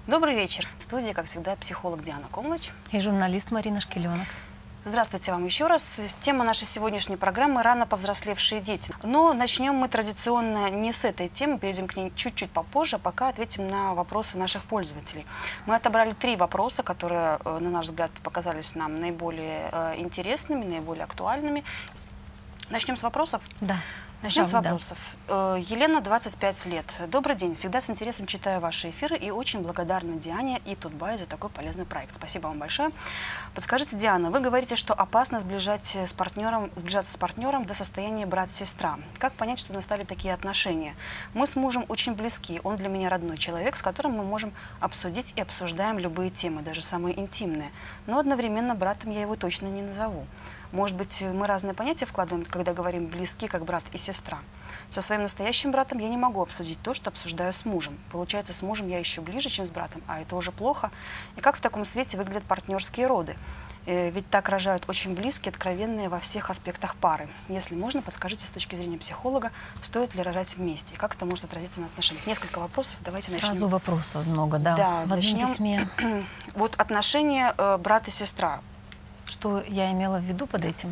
Добрый вечер. В студии, как всегда, психолог Диана Комлач и журналист Марина Шкеленок. Здравствуйте вам еще раз. Тема нашей сегодняшней программы – рано повзрослевшие дети. Но начнем мы традиционно не с этой темы, перейдем к ней чуть-чуть попозже, пока ответим на вопросы наших пользователей. Мы отобрали 3 вопроса, которые, на наш взгляд, показались нам наиболее интересными, наиболее актуальными. Начнем с вопросов? Да. Начнем с вопросов. Елена, 25 лет. Добрый день. Всегда с интересом читаю ваши эфиры и очень благодарна Диане и Тутбай за такой полезный проект. Спасибо вам большое. Подскажите, Диана, вы говорите, что опасно сближаться с партнером до состояния брат-сестра. Как понять, что настали такие отношения? Мы с мужем очень близки. Он для меня родной человек, с которым мы можем обсудить и обсуждаем любые темы, даже самые интимные. Но одновременно братом я его точно не назову. Может быть, мы разные понятия вкладываем, когда говорим «близки», как брат и сестра. Со своим настоящим братом я не могу обсудить то, что обсуждаю с мужем. Получается, с мужем я еще ближе, чем с братом, а это уже плохо. И как в таком свете выглядят партнерские роды? Ведь так рожают очень близкие, откровенные во всех аспектах пары. Если можно, подскажите с точки зрения психолога, стоит ли рожать вместе, и как это может отразиться на отношениях. Несколько вопросов, давайте начнем. Сразу вопросов много, да. Да, в одном письме. Вот отношения брат и сестра. Что я имела в виду под этим?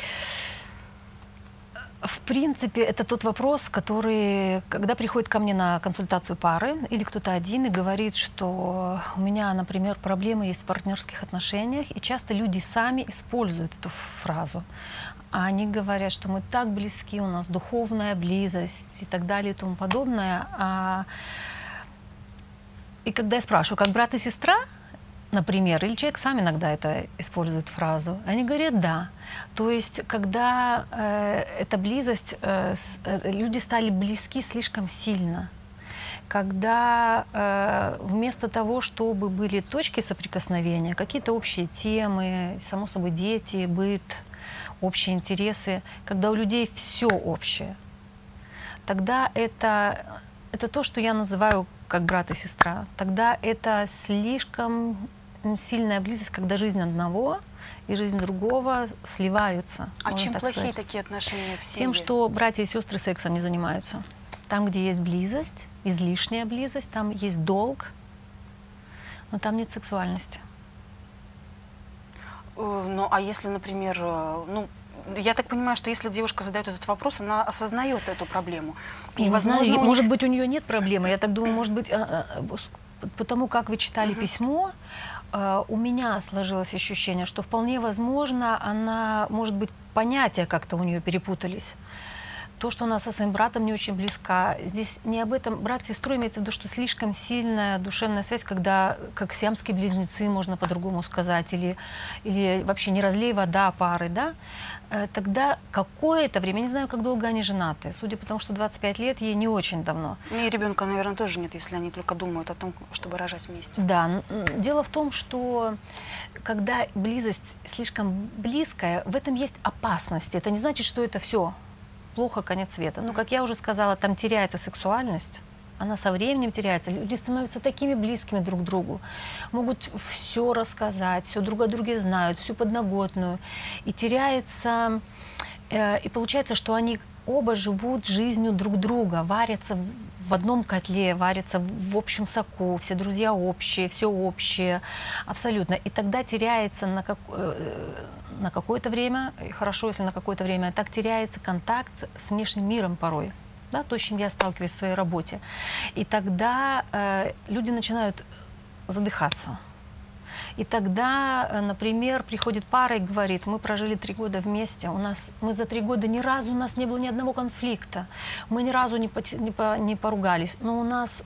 В принципе, это тот вопрос, который, когда приходит ко мне на консультацию пары, или кто-то один и говорит, что у меня, например, проблемы есть в партнерских отношениях, и часто люди сами используют эту фразу. Они говорят, что мы так близки, у нас духовная близость и так далее и тому подобное. И когда я спрашиваю, как брат и сестра, например, или человек сам иногда это использует фразу, они говорят «да». То есть, когда эта близость, люди стали близки слишком сильно, когда вместо того, чтобы были точки соприкосновения, какие-то общие темы, само собой дети, быт, общие интересы, когда у людей все общее, тогда это то, что я называю как брат и сестра. Тогда это слишком сильная близость, когда жизнь одного и жизнь другого сливаются. А чем плохие такие отношения в семье? Тем, что братья и сестры сексом не занимаются. Там, где есть близость, излишняя близость, там есть долг, но там нет сексуальности. Ну, а если, например, я так понимаю, что если девушка задает этот вопрос, она осознает эту проблему. И, возможно, может быть, у нее нет проблемы. Я так думаю, может быть, потому как вы читали письмо, у меня сложилось ощущение, что вполне возможно, она, может быть, понятия как-то у нее перепутались. То, что она со своим братом не очень близка. Здесь не об этом. Брат с сестрой имеется в виду, что слишком сильная душевная связь, когда, как сиамские близнецы, можно по-другому сказать, или вообще не разлей вода пары, да? Тогда какое-то время, не знаю, как долго они женаты, судя по тому, что 25 лет, ей не очень давно. И ребенка, наверное, тоже нет, если они только думают о том, чтобы рожать вместе. Да, дело в том, что когда близость слишком близкая, в этом есть опасность. Это не значит, что это все плохо, конец света. Ну, как я уже сказала, там теряется сексуальность, она со временем теряется. Люди становятся такими близкими друг к другу, могут все рассказать, все друг о друге знают, всю подноготную. И теряется, и получается, что они оба живут жизнью друг друга, варятся в одном котле, варятся в общем соку, все друзья общие, все общее, абсолютно. И тогда теряется на какое-то время, хорошо, если на какое-то время, так теряется контакт с внешним миром порой. Да, то, с чем я сталкиваюсь в своей работе. И тогда люди начинают задыхаться. И тогда, например, приходит пара и говорит, мы прожили 3 года вместе, мы за 3 года ни разу, у нас не было ни одного конфликта, мы ни разу не поругались, но у нас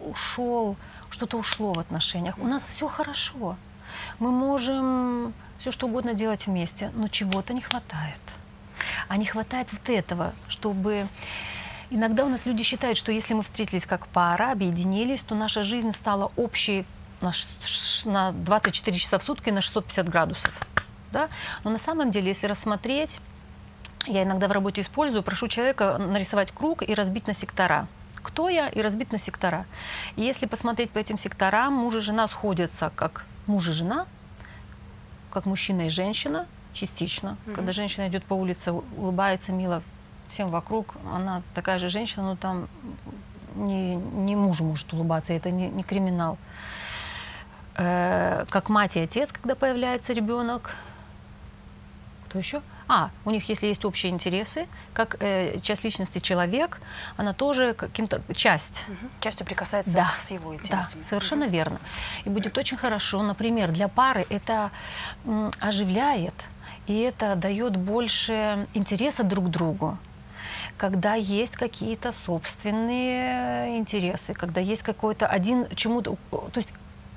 что-то ушло в отношениях, у нас все хорошо, мы можем все что угодно делать вместе, но чего-то не хватает. А не хватает вот этого, чтобы... Иногда у нас люди считают, что если мы встретились как пара, объединились, то наша жизнь стала общей на 24 часа в сутки, на 650 градусов. Да? Но на самом деле, если рассмотреть, я иногда в работе использую, прошу человека нарисовать круг и разбить на сектора. Кто я? И разбить на сектора. И если посмотреть по этим секторам, муж и жена сходятся как муж и жена, как мужчина и женщина, частично. Когда женщина идет по улице, улыбается мило всем вокруг, она такая же женщина, но там не мужу может улыбаться, это не криминал. как мать и отец, когда появляется ребенок. Кто еще? У них, если есть общие интересы, как часть личности человек, она тоже каким-то часть. Частью прикасается Да, с его интересами. да, совершенно верно. И будет очень хорошо, например, для пары это оживляет, и это дает больше интереса друг к другу. Когда есть какие-то собственные интересы, когда есть какой-то один чему-то... То есть,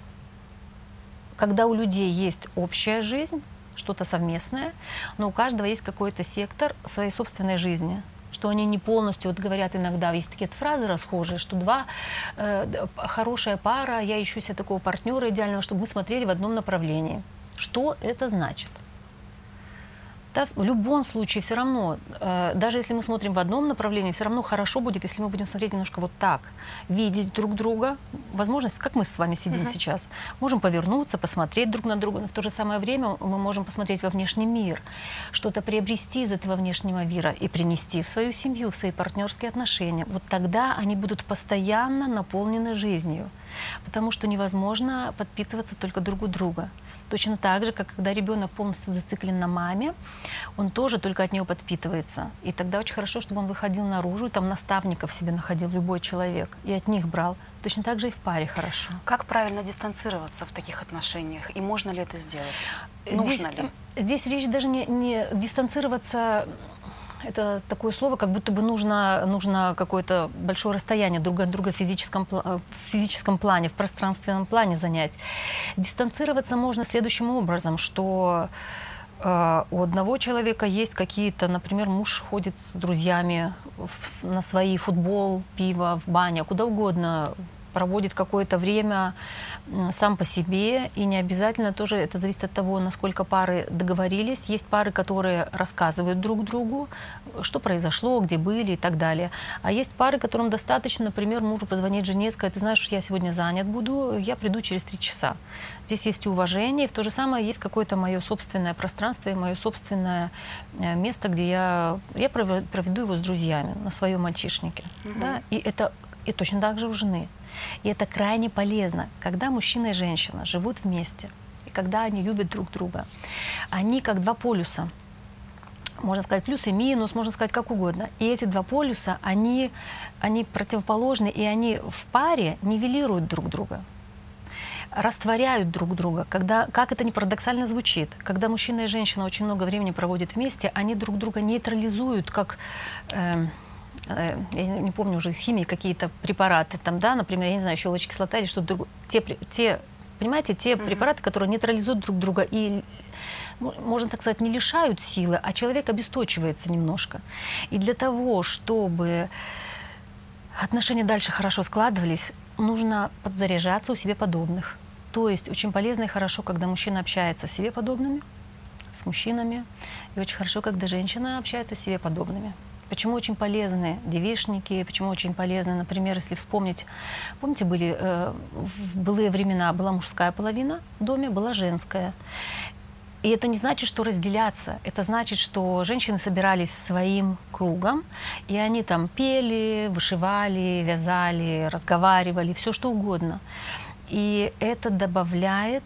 когда у людей есть общая жизнь, что-то совместное, но у каждого есть какой-то сектор своей собственной жизни, что они не полностью, вот говорят иногда, есть такие фразы расхожие, что хорошая пара, я ищу себе такого партнера идеального, чтобы мы смотрели в одном направлении. Что это значит? Да, в любом случае все равно, даже если мы смотрим в одном направлении, все равно хорошо будет, если мы будем смотреть немножко вот так, видеть друг друга, возможность, как мы с вами сидим сейчас, можем повернуться, посмотреть друг на друга, но в то же самое время мы можем посмотреть во внешний мир, что-то приобрести из этого внешнего мира и принести в свою семью, в свои партнерские отношения. Вот тогда они будут постоянно наполнены жизнью, потому что невозможно подпитываться только друг у друга. Точно так же, как когда ребенок полностью зациклен на маме, он тоже только от нее подпитывается. И тогда очень хорошо, чтобы он выходил наружу, и там наставников себе находил любой человек, и от них брал. Точно так же и в паре хорошо. Как правильно дистанцироваться в таких отношениях? И можно ли это сделать? Нужно ли? Здесь речь даже не дистанцироваться. Это такое слово, как будто бы нужно какое-то большое расстояние друг от друга в физическом плане, в пространственном плане занять. Дистанцироваться можно следующим образом, что у одного человека есть какие-то, например, муж ходит с друзьями на свои футбол, пиво, в баню, куда угодно, проводит какое-то время сам по себе, и не обязательно тоже, это зависит от того, насколько пары договорились. Есть пары, которые рассказывают друг другу, что произошло, где были и так далее. А есть пары, которым достаточно, например, мужу позвонить жене и сказать: ты знаешь, я сегодня занят буду, я приду через 3 часа. Здесь есть и уважение, и в то же самое есть какое-то мое собственное пространство и мое собственное место, где я проведу его с друзьями на своем мальчишнике. Да? И точно так же у жены. И это крайне полезно, когда мужчина и женщина живут вместе, и когда они любят друг друга. Они как 2 полюса. Можно сказать плюс и минус, можно сказать как угодно. И эти 2 полюса, они противоположны, и они в паре нивелируют друг друга, растворяют друг друга. Когда, как это ни парадоксально звучит, когда мужчина и женщина очень много времени проводят вместе, они друг друга нейтрализуют, как... я не помню уже из химии какие-то препараты, там, да, например, я не знаю, щелочная кислота или что-то другое. Понимаете, те препараты, которые нейтрализуют друг друга и, можно так сказать, не лишают силы, а человек обесточивается немножко. И для того, чтобы отношения дальше хорошо складывались, нужно подзаряжаться у себе подобных. То есть очень полезно и хорошо, когда мужчина общается с себе подобными, с мужчинами, и очень хорошо, когда женщина общается с себе подобными. Почему очень полезны девичники, почему очень полезны, например, если вспомнить, помните, в былые времена была мужская половина в доме, была женская. И это не значит, что разделяться, это значит, что женщины собирались своим кругом, и они там пели, вышивали, вязали, разговаривали, все что угодно. И это добавляет...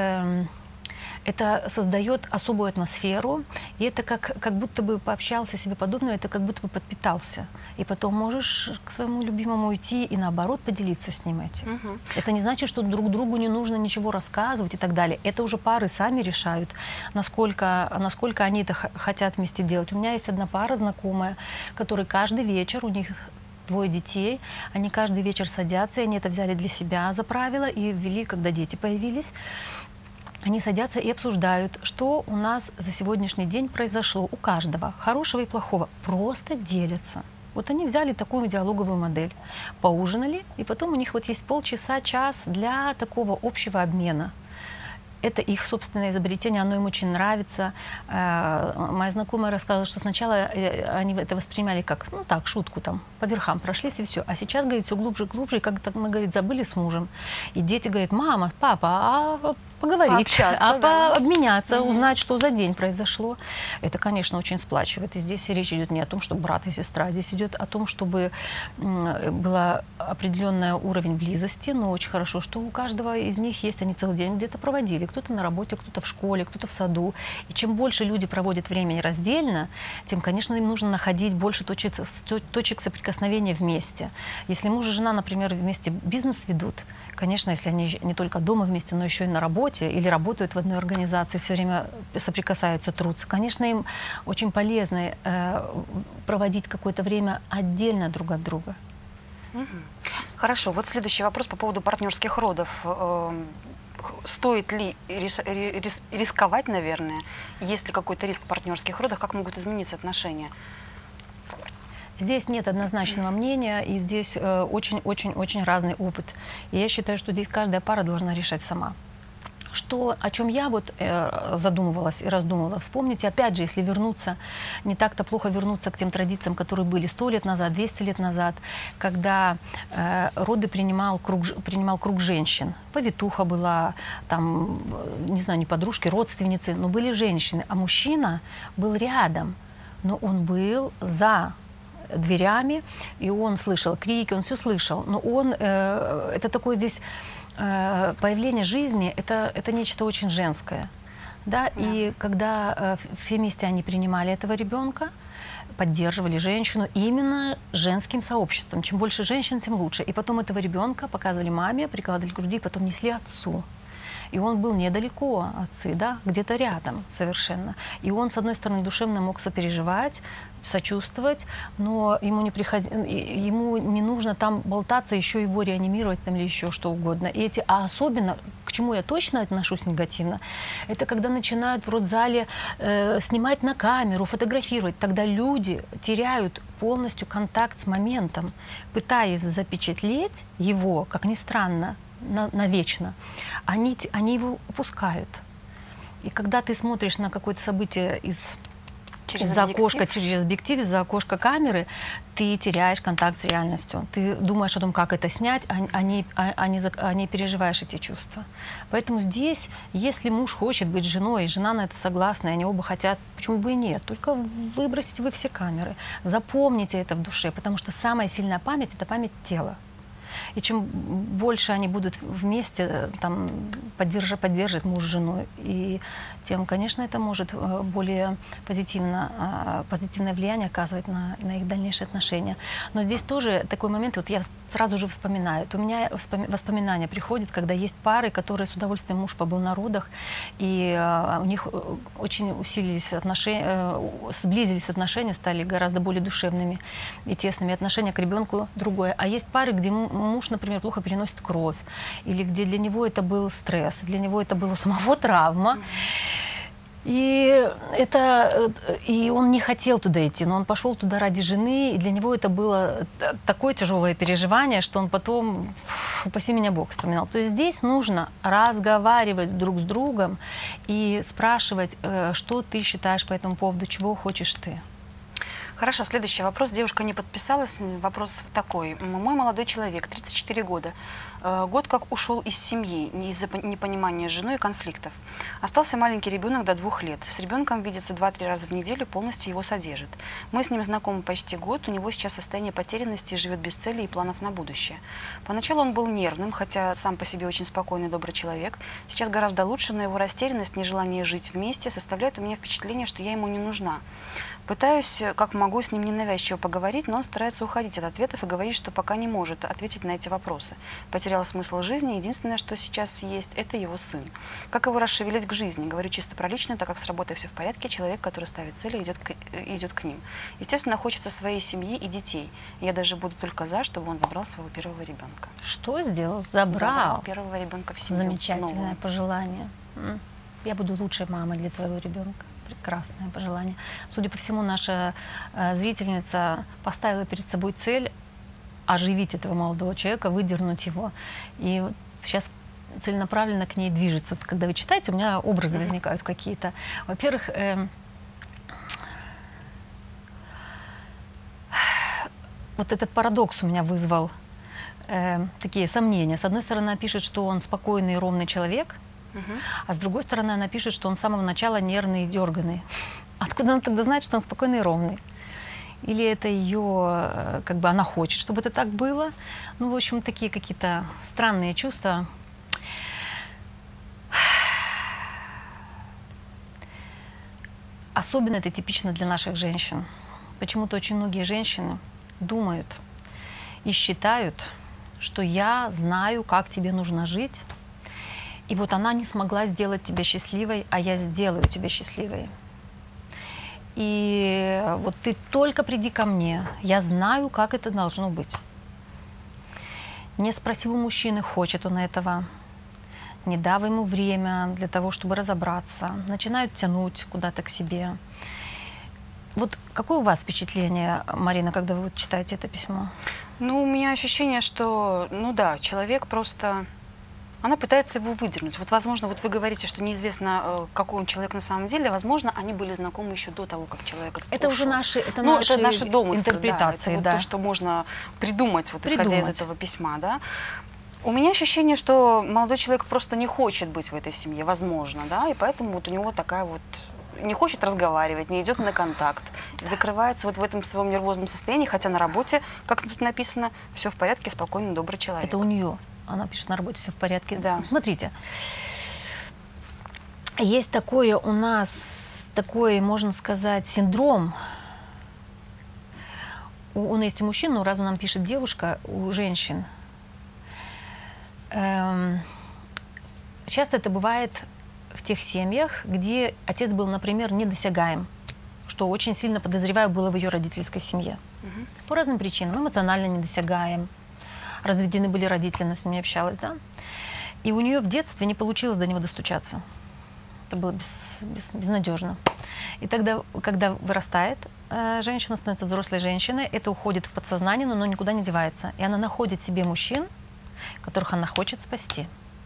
Это создает особую атмосферу, и это как будто бы пообщался себе подобного, это как будто бы подпитался. И потом можешь к своему любимому уйти и наоборот поделиться с ним этим. Это не значит, что друг другу не нужно ничего рассказывать и так далее. Это уже пары сами решают, насколько они это хотят вместе делать. У меня есть одна пара знакомая, которая каждый вечер, у них 2 детей, они каждый вечер садятся, и они это взяли для себя за правило и ввели, когда дети появились. Они садятся и обсуждают, что у нас за сегодняшний день произошло у каждого, хорошего и плохого. Просто делятся. Вот они взяли такую диалоговую модель, поужинали, и потом у них вот есть полчаса, час для такого общего обмена. Это их собственное изобретение, оно им очень нравится. Моя знакомая рассказывала, что сначала они это воспринимали как, ну так, шутку там, по верхам прошлись и все. А сейчас, говорит, все глубже и глубже, и как-то мы, говорит, забыли с мужем. И дети говорят: мама, папа, а поговорить, Пообщаться, обменяться, узнать, что за день произошло. Это, конечно, очень сплачивает. И здесь речь идет не о том, что брат и сестра, здесь идет о том, чтобы был определенный уровень близости, но очень хорошо, что у каждого из них есть, они целый день где-то проводили, кто-то на работе, кто-то в школе, кто-то в саду. И чем больше люди проводят времени раздельно, тем, конечно, им нужно находить больше точек соприкосновения вместе. Если муж и жена, например, вместе бизнес ведут, конечно, если они не только дома вместе, но еще и на работе или работают в одной организации, все время соприкасаются, трутся, конечно, им очень полезно проводить какое-то время отдельно друг от друга. Хорошо, вот следующий вопрос по поводу партнерских родов. Стоит ли рисковать, наверное? Есть ли какой-то риск в партнерских родах? Как могут измениться отношения? Здесь нет однозначного мнения, и здесь очень-очень-очень разный опыт. И я считаю, что здесь каждая пара должна решать сама. О чем я вот задумывалась и раздумывала. Вспомните, опять же, если вернуться, не так-то плохо вернуться к тем традициям, которые были 100 лет назад, 200 лет назад, когда роды принимал круг женщин. Повитуха была, там, не знаю, не подружки, родственницы, но были женщины. А мужчина был рядом, но он был за дверями, и он слышал крики, он все слышал. Но это такое здесь появление жизни, это нечто очень женское. Да? И когда все вместе они принимали этого ребенка, поддерживали женщину именно женским сообществом. Чем больше женщин, тем лучше. И потом этого ребенка показывали маме, прикладывали к груди, потом несли отцу. И он был недалеко отцы, да, где-то рядом совершенно. И он, с одной стороны, душевно мог сопереживать, сочувствовать, но ему не нужно там болтаться, еще его реанимировать там, или еще что угодно. А особенно, к чему я точно отношусь негативно, это когда начинают в родзале снимать на камеру, фотографировать. Тогда люди теряют полностью контакт с моментом, пытаясь запечатлеть его, как ни странно, навечно, они его упускают. И когда ты смотришь на какое-то событие из-за окошка, через объектив, из-за окошка камеры, ты теряешь контакт с реальностью. Ты думаешь о том, как это снять, а не переживаешь эти чувства. Поэтому здесь, если муж хочет быть женой, и жена на это согласна, и они оба хотят, почему бы и нет, только выбросите вы все камеры, запомните это в душе, потому что самая сильная память – это память тела. И чем больше они будут вместе, там, поддерживать муж с женой, и тем, конечно, это может более позитивное влияние оказывать на их дальнейшие отношения. Но здесь тоже такой момент, вот я сразу же вспоминаю. У меня воспоминания приходят, когда есть пары, которые с удовольствием, муж побыл на родах, и у них очень усилились отношения, сблизились отношения, стали гораздо более душевными и тесными. Отношения к ребенку другое. А есть пары, где муж, например, плохо переносит кровь, или где для него это был стресс, для него это была самого травма. И он не хотел туда идти, но он пошел туда ради жены, и для него это было такое тяжелое переживание, что он потом, упаси меня Бог, вспоминал. То есть здесь нужно разговаривать друг с другом и спрашивать, что ты считаешь по этому поводу, чего хочешь ты. Хорошо, следующий вопрос. Девушка не подписалась. Вопрос такой. Мой молодой человек, 34 года. Год как ушел из семьи из-за непонимания с женой и конфликтов. Остался маленький ребенок до 2 лет. С ребенком видится 2-3 раза в неделю, полностью его содержит. Мы с ним знакомы почти год. У него сейчас состояние потерянности, живет без цели и планов на будущее. Поначалу он был нервным, хотя сам по себе очень спокойный, добрый человек. Сейчас гораздо лучше, но его растерянность, нежелание жить вместе составляет у меня впечатление, что я ему не нужна. Пытаюсь, как могу, с ним ненавязчиво поговорить, но он старается уходить от ответов и говорит, что пока не может ответить на эти вопросы. Потерял смысл жизни, единственное, что сейчас есть, это его сын. Как его расшевелить к жизни? Говорю чисто про личную, так как с работой все в порядке, человек, который ставит цели, идет к ним. Естественно, хочется своей семьи и детей. Я даже буду только за, чтобы он забрал своего первого ребенка. Что сделал? Забрал первого ребенка в семью. Замечательное новую. Пожелание. Я буду лучшей мамой для твоего ребенка. Прекрасное пожелание. Судя по всему, наша зрительница поставила перед собой цель оживить этого молодого человека, выдернуть его. И сейчас целенаправленно к ней движется. Когда вы читаете, у меня образы возникают какие-то. Во-первых, вот этот парадокс у меня вызвал такие сомнения. С одной стороны, она пишет, что он спокойный и ровный человек, А с другой стороны, она пишет, что он с самого начала нервный и дерганый. Откуда она тогда знает, что он спокойный и ровный? Или это ее, как бы она хочет, чтобы это так было? Ну, в общем, такие какие-то странные чувства. Особенно это типично для наших женщин. Почему-то очень многие женщины думают и считают, что я знаю, как тебе нужно жить, и вот она не смогла сделать тебя счастливой, а я сделаю тебя счастливой. И вот ты только приди ко мне, я знаю, как это должно быть. Не спросив у мужчины, хочет он этого, не дав ему время для того, чтобы разобраться, начинают тянуть куда-то к себе. Вот какое у вас впечатление, Марина, когда вы вот читаете это письмо? Ну, у меня ощущение, что, ну да, человек просто... Она пытается его выдернуть. Вот, возможно, вот вы говорите, что неизвестно, какой он человек на самом деле. Возможно, они были знакомы еще до того, как человек это ушел. Уже наши, это ну, наши это наши домыслы, интерпретации. Да, это да. вот то, что можно придумать, вот, исходя из этого письма. Да? У меня ощущение, что молодой человек просто не хочет быть в этой семье, возможно, да, и поэтому вот у него такая вот... Не хочет разговаривать, не идет на контакт, закрывается вот в этом своем нервозном состоянии, хотя на работе, как тут написано, все в порядке, спокойный, добрый человек. Это у нее. Она пишет, на работе все в порядке. Да. Смотрите, есть такое у нас, такой, можно сказать, синдром. У нас есть у мужчин, но раз нам пишет девушка, у женщин. Часто это бывает в тех семьях, где отец был, например, недосягаем, что очень сильно, подозреваю, было в ее родительской семье. По разным причинам. Эмоционально недосягаем. Разведены были родители, она с ними общалась, да. И у нее в детстве не получилось до него достучаться. Это было безнадежно. И тогда, когда вырастает женщина, становится взрослой женщиной, это уходит в подсознание, но никуда не девается. И она находит себе мужчин, которых она хочет спасти.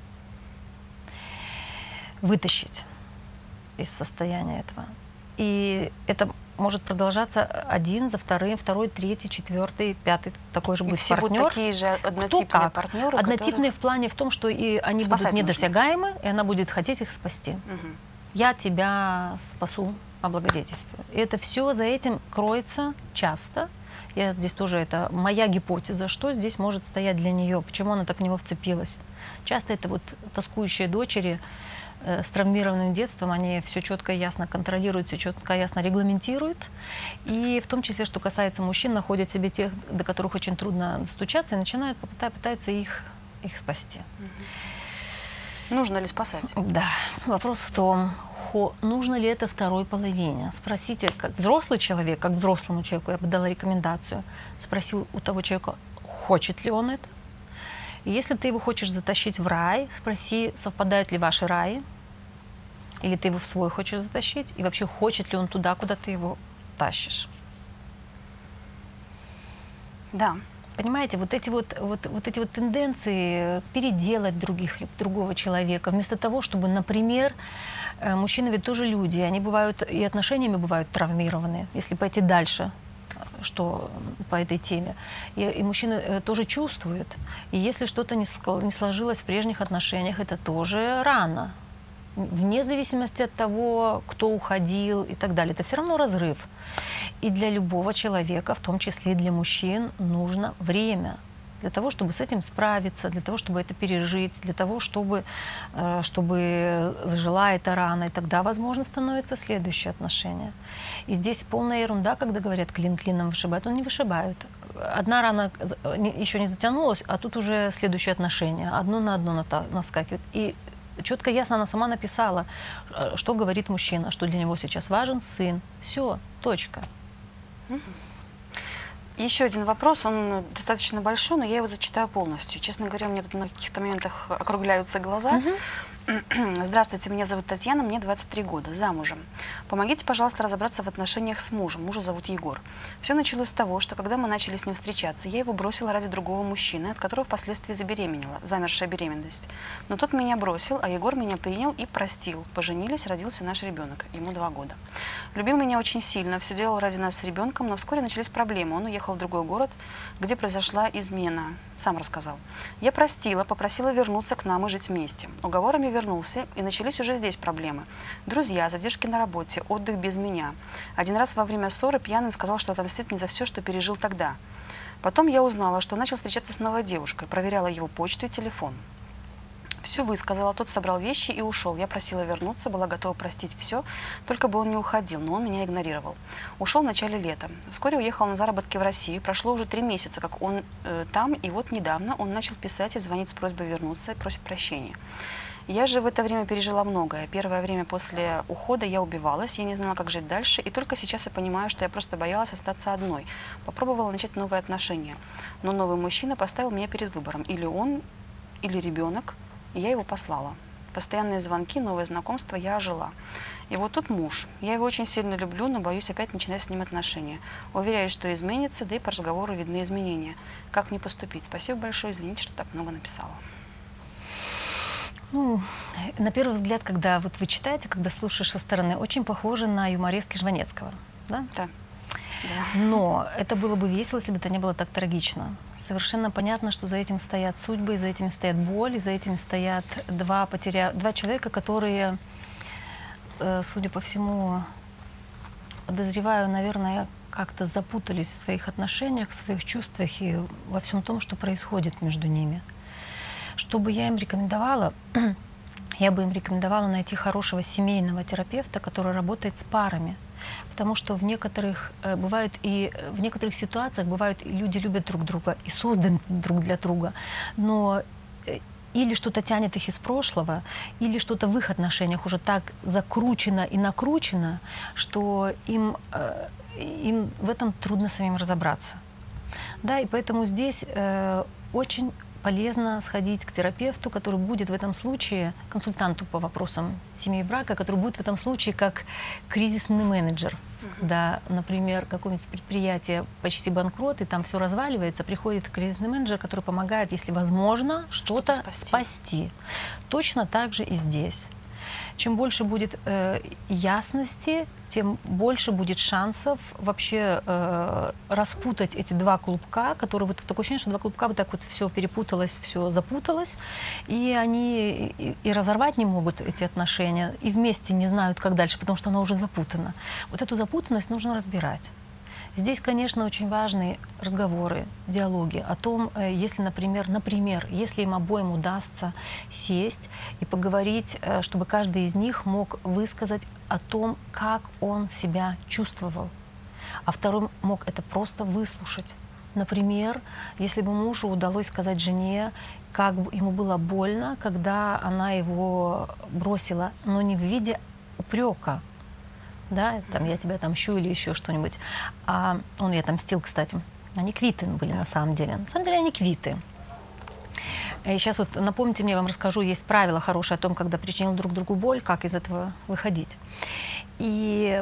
Вытащить из состояния этого. И это может продолжаться один за вторым, второй, третий, четвертый, пятый, такой же будет все партнер. Вот такие же однотипные партнеры. Однотипные в плане в том, что и они будут недосягаемы, и она будет хотеть их спасти. Я тебя спасу, облагодетельствую. И это все за этим кроется часто. Я здесь тоже, это моя гипотеза, что здесь может стоять для нее, почему она так в него вцепилась. Часто это вот тоскующие дочери с травмированным детством, они все четко и ясно контролируют, все четко и ясно регламентируют. И в том числе, что касается мужчин, находят себе тех, до которых очень трудно достучаться, и начинают, пытаются их спасти. Нужно ли спасать? Да. Вопрос в том, нужно ли это второй половине. Спросите, как взрослый человек, как взрослому человеку, я бы дала рекомендацию, спросил у того человека, хочет ли он это. И если ты его хочешь затащить в рай, спроси, совпадают ли ваши раи, или ты его в свой хочешь затащить, и вообще хочет ли он туда, куда ты его тащишь. Да. Понимаете, вот эти вот тенденции переделать другого человека, вместо того, чтобы, например, мужчины ведь тоже люди, они бывают, и отношениями бывают травмированы, если пойти дальше, что по этой теме. И мужчины тоже чувствуют. И если что-то не сложилось в прежних отношениях, это тоже рано. Вне зависимости от того, кто уходил и так далее. Это все равно разрыв. И для любого человека, в том числе и для мужчин, нужно время для того, чтобы с этим справиться, для того, чтобы это пережить, для того, чтобы зажила эта рана. И тогда, возможно, становятся следующие отношения. И здесь полная ерунда, когда говорят, клин клином вышибают. Он не вышибают. Одна рана еще не затянулась, а тут уже следующие отношения. Одно на одно наскакивает. И четко, ясно она сама написала, что говорит мужчина, что для него сейчас важен сын. Все, точка. Еще один вопрос, он достаточно большой, но я его зачитаю полностью. Честно говоря, у меня тут на каких-то моментах округляются глаза. Здравствуйте, меня зовут Татьяна, мне 23 года, замужем. Помогите, пожалуйста, разобраться в отношениях с мужем. Мужа зовут Егор. Все началось с того, что когда мы начали с ним встречаться, я его бросила ради другого мужчины, от которого впоследствии забеременела, замершая беременность. Но тот меня бросил, а Егор меня принял и простил. Поженились, родился наш ребенок, ему 2 года. Любил меня очень сильно, все делал ради нас с ребенком, но вскоре начались проблемы. Он уехал в другой город, где произошла измена. Сам рассказал. Я простила, попросила вернуться к нам и жить вместе. Уговорами вернулся, и начались уже здесь проблемы. Друзья, задержки на работе, отдых без меня. Один раз во время ссоры пьяным сказал, что отомстит мне за все, что пережил тогда. Потом я узнала, что он начал встречаться с новой девушкой, проверяла его почту и телефон. Все высказала, тот собрал вещи и ушел. Я просила вернуться, была готова простить все, только бы он не уходил, но он меня игнорировал. Ушел в начале лета. Вскоре уехал на заработки в Россию. Прошло уже 3 месяца, как он там, и вот недавно он начал писать и звонить с просьбой вернуться и просит прощения. Я же в это время пережила многое. Первое время после ухода я убивалась, я не знала, как жить дальше, и только сейчас я понимаю, что я просто боялась остаться одной. Попробовала начать новые отношения. Но новый мужчина поставил меня перед выбором. Или он, или ребенок. И я его послала. Постоянные звонки, новые знакомства, я ожила. И вот тут муж. Я его очень сильно люблю, но боюсь опять начинать с ним отношения. Уверяюсь, что изменится, да и по разговору видны изменения. Как мне поступить? Спасибо большое, извините, что так много написала. Ну, на первый взгляд, когда вот вы читаете, когда слушаешь со стороны, очень похоже на юморески Жванецкого, да? Да. Но это было бы весело, если бы это не было так трагично. Совершенно понятно, что за этим стоят судьбы, за этим стоят боли, за этим стоят два человека, которые, судя по всему, подозреваю, наверное, как-то запутались в своих отношениях, в своих чувствах и во всем том, что происходит между ними. Что бы я им рекомендовала? Я бы им рекомендовала найти хорошего семейного терапевта, который работает с парами. Потому что в некоторых ситуациях бывают люди любят друг друга и созданы друг для друга, но или что-то тянет их из прошлого, или что-то в их отношениях уже так закручено и накручено, что им в этом трудно самим разобраться. Да, и поэтому здесь очень полезно сходить к терапевту, который будет в этом случае, консультанту по вопросам семьи и брака, который будет в этом случае как кризисный менеджер. Когда, например, какое-нибудь предприятие почти банкрот, и там все разваливается, приходит кризисный менеджер, который помогает, если возможно, что-то спасти. Точно так же и здесь. Чем больше будет ясности, тем больше будет шансов вообще распутать эти два клубка, которые вот такое ощущение, что два клубка вот так вот все перепуталось, все запуталось, и они и разорвать не могут эти отношения, и вместе не знают, как дальше, потому что оно уже запутано. Вот эту запутанность нужно разбирать. Здесь, конечно, очень важны разговоры, диалоги о том, если, например, если им обоим удастся сесть и поговорить, чтобы каждый из них мог высказать о том, как он себя чувствовал, а второй мог это просто выслушать. Например, если бы мужу удалось сказать жене, как ему было больно, когда она его бросила, но не в виде упрека, да, там, я тебя отомщу или еще что-нибудь. А он ей отомстил, кстати. Они квиты были на самом деле. На самом деле они квиты. И сейчас вот напомните мне, я вам расскажу, есть правило хорошее о том, когда причинил друг другу боль, как из этого выходить. И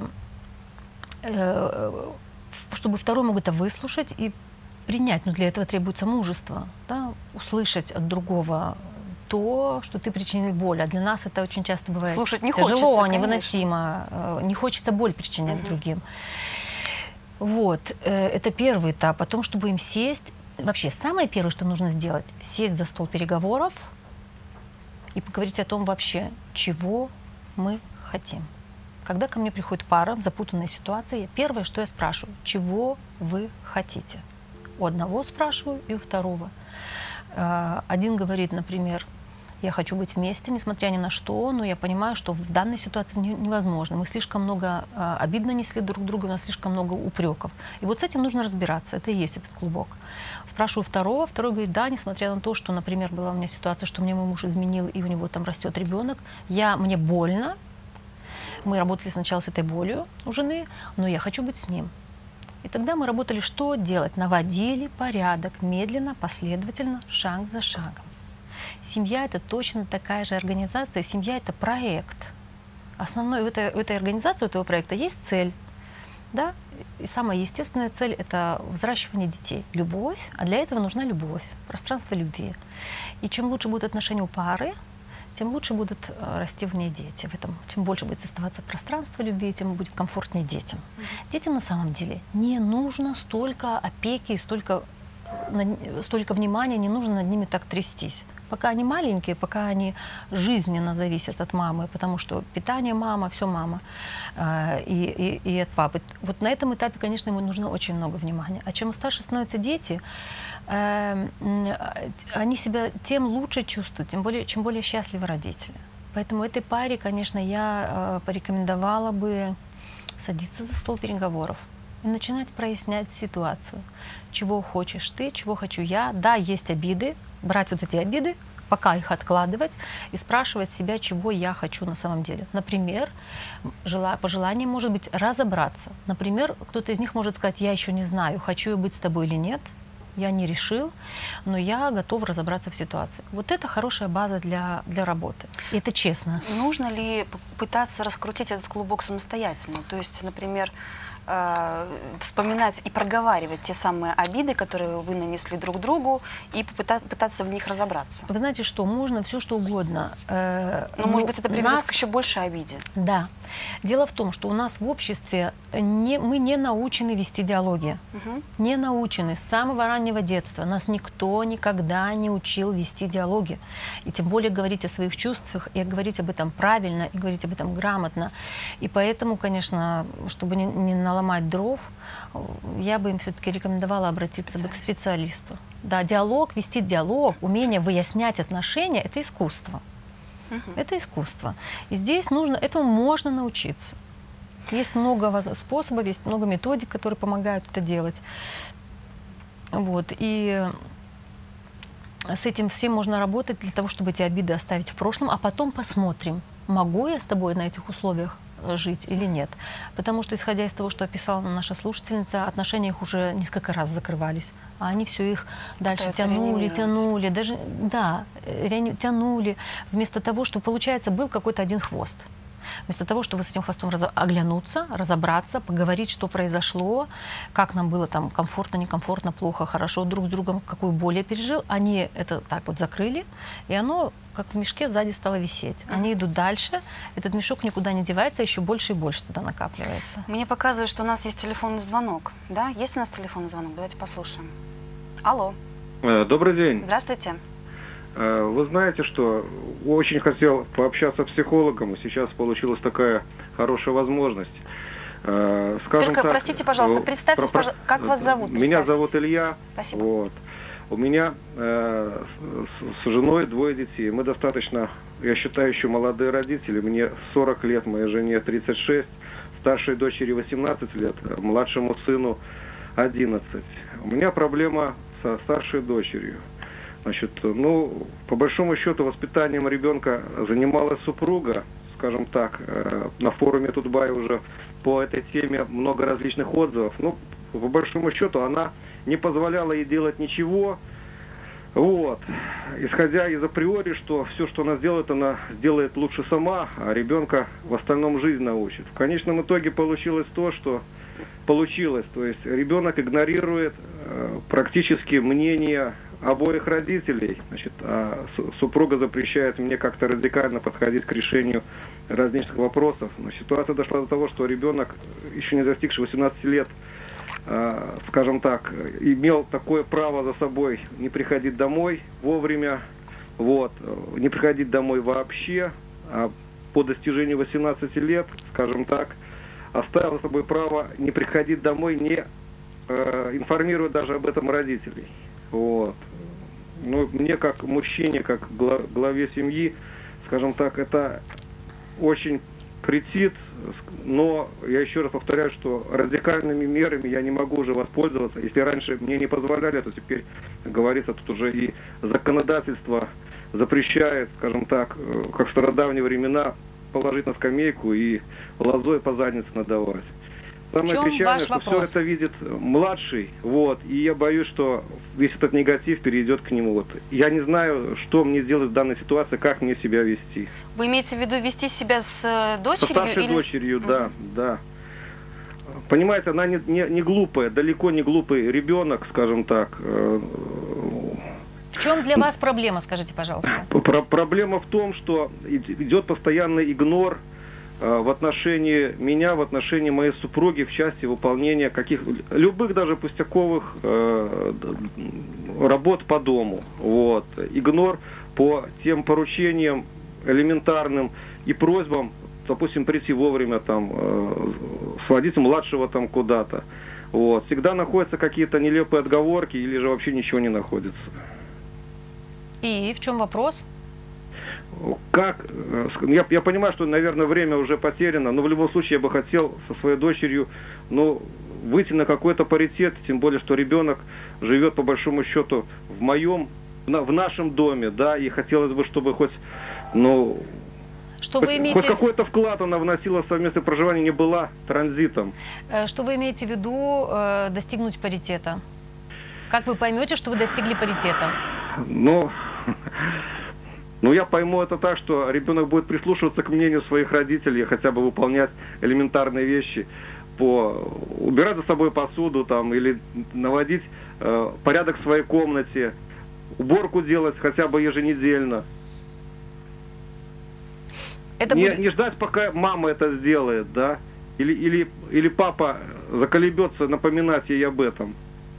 чтобы второй мог это выслушать и принять, но для этого требуется мужество, да, услышать от другого то, что ты причинил боль. А для нас это очень часто бывает слушать не тяжело, хочется, невыносимо. Не хочется боль причинять другим. Вот. Это первый этап. О том, чтобы им сесть. Вообще, самое первое, что нужно сделать, сесть за стол переговоров и поговорить о том вообще, чего мы хотим. Когда ко мне приходит пара в запутанной ситуации, первое, что я спрашиваю, чего вы хотите? У одного спрашиваю и у второго. Один говорит, например, я хочу быть вместе, несмотря ни на что, но я понимаю, что в данной ситуации невозможно. Мы слишком много обид нанесли друг другу, у нас слишком много упреков. И вот с этим нужно разбираться, это и есть этот клубок. Спрашиваю второго, второй говорит, да, несмотря на то, что, например, была у меня ситуация, что мне мой муж изменил, и у него там растет ребенок, мне больно, мы работали сначала с этой болью у жены, но я хочу быть с ним. И тогда мы работали, что делать? Наводили порядок, медленно, последовательно, шаг за шагом. Семья — это точно такая же организация. Семья — это проект. Основной у этой организации, у этого проекта есть цель. Да? И самая естественная цель — это взращивание детей. Любовь, а для этого нужна любовь, пространство любви. И чем лучше будут отношения у пары, тем лучше будут расти в ней дети. Чем больше будет оставаться пространство любви, тем будет комфортнее детям. Детям на самом деле не нужно столько опеки и столько внимания, не нужно над ними так трястись. Пока они маленькие, пока они жизненно зависят от мамы, потому что питание мама, все мама, и от папы. Вот на этом этапе, конечно, ему нужно очень много внимания. А чем старше становятся дети, они себя тем лучше чувствуют, чем более счастливы родители. Поэтому этой паре, конечно, я порекомендовала бы садиться за стол переговоров и начинать прояснять ситуацию. Чего хочешь ты, чего хочу я. Да, есть обиды, брать вот эти обиды, пока их откладывать и спрашивать себя, чего я хочу на самом деле. Например, пожелание может быть разобраться. Например, кто-то из них может сказать: я еще не знаю, хочу я быть с тобой или нет, я не решил, но я готов разобраться в ситуации. Вот это хорошая база для работы. И это честно. Нужно ли пытаться раскрутить этот клубок самостоятельно? То есть, например, вспоминать и проговаривать те самые обиды, которые вы нанесли друг другу, и пытаться в них разобраться. Вы знаете что, можно все что угодно. Но, может быть, это приведет к еще большей обиде. Да. Дело в том, что у нас в обществе мы не научены вести диалоги. Не научены. С самого раннего детства нас никто никогда не учил вести диалоги. И тем более говорить о своих чувствах, и говорить об этом правильно, и говорить об этом грамотно. И поэтому, конечно, чтобы не наломать дров, я бы им все-таки рекомендовала обратиться бы к специалисту. Да, диалог, вести диалог, умение выяснять отношения – это искусство. Это искусство. И здесь этому можно научиться. Есть много способов, есть много методик, которые помогают это делать. Вот. И с этим всем можно работать для того, чтобы эти обиды оставить в прошлом, а потом посмотрим, могу я с тобой на этих условиях жить или нет. Потому что, исходя из того, что описала наша слушательница, отношения их уже несколько раз закрывались, а они все их дальше тянули, даже, да, тянули, вместо того, чтобы, получается, был какой-то один хвост. Вместо того, чтобы с этим хвостом оглянуться, разобраться, поговорить, что произошло, как нам было там комфортно, некомфортно, плохо, хорошо друг с другом, какую боль я пережил, они это так вот закрыли, и оно как в мешке сзади стало висеть. Они идут дальше, этот мешок никуда не девается, еще больше и больше туда накапливается. Мне показывают, что у нас есть телефонный звонок. Да, есть у нас телефонный звонок? Давайте послушаем. Алло. Добрый день. Здравствуйте. Вы знаете, что очень хотел пообщаться с психологом, и сейчас получилась такая хорошая возможность. Только, так, простите, пожалуйста, представьтесь, как вас зовут? Меня зовут Илья. Спасибо. Вот. У меня с женой 2 детей. Мы достаточно, я считаю, еще молодые родители. Мне 40 лет, моей жене 36, старшей дочери 18 лет, младшему сыну 11. У меня проблема со старшей дочерью. Значит, ну, по большому счету, воспитанием ребенка занималась супруга, скажем так. На форуме Тутбай уже по этой теме много различных отзывов. Ну, по большому счету, она не позволяла ей делать ничего. Вот. Исходя из априори, что все, что она сделает лучше сама, а ребенка в остальном жизнь научит. В конечном итоге получилось то, что получилось. То есть ребенок игнорирует практически мнение обоих родителей. Значит, а супруга запрещает мне как-то радикально подходить к решению различных вопросов. Но ситуация дошла до того, что ребенок, еще не достигший 18 лет, скажем так, имел такое право за собой не приходить домой вовремя, вот, не приходить домой вообще, а по достижении 18 лет, скажем так, оставил за собой право не приходить домой, не информируя даже об этом родителей. Вот. Ну, мне как мужчине, как главе семьи, скажем так, это очень претит, но я еще раз повторяю, что радикальными мерами я не могу уже воспользоваться. Если раньше мне не позволяли, то теперь, как говорится, тут уже и законодательство запрещает, скажем так, как в стародавние времена, положить на скамейку и лозой по заднице надавать. Самое печальное, что все это видит младший, вот, и я боюсь, что весь этот негатив перейдет к нему. Вот. Я не знаю, что мне делать в данной ситуации, как мне себя вести. Вы имеете в виду вести себя с дочерью? Со старшей дочерью, да, да. Понимаете, она не глупая, далеко не глупый ребенок, скажем так. В чем для вас проблема, скажите, пожалуйста? Проблема в том, что идет постоянный игнор в отношении меня, в отношении моей супруги в части выполнения любых даже пустяковых работ по дому. Вот. Игнор по тем поручениям элементарным и просьбам, допустим, прийти вовремя, сводить младшего куда-то. Вот. Всегда находятся какие-то нелепые отговорки или же вообще ничего не находится. И в чем вопрос? Я понимаю, что, наверное, время уже потеряно, но в любом случае я бы хотел со своей дочерью выйти на какой-то паритет, тем более, что ребенок живет, по большому счету, в нашем доме, да, и хотелось бы, чтобы хоть какой-то вклад она вносила в совместное проживание, не была транзитом. Что вы имеете в виду достигнуть паритета? Как вы поймете, что вы достигли паритета? Я пойму это так, что ребенок будет прислушиваться к мнению своих родителей, хотя бы выполнять элементарные вещи, убирать за собой посуду или наводить порядок в своей комнате, уборку делать хотя бы еженедельно. Не ждать, пока мама это сделает, да? Или папа заколебется напоминать ей об этом.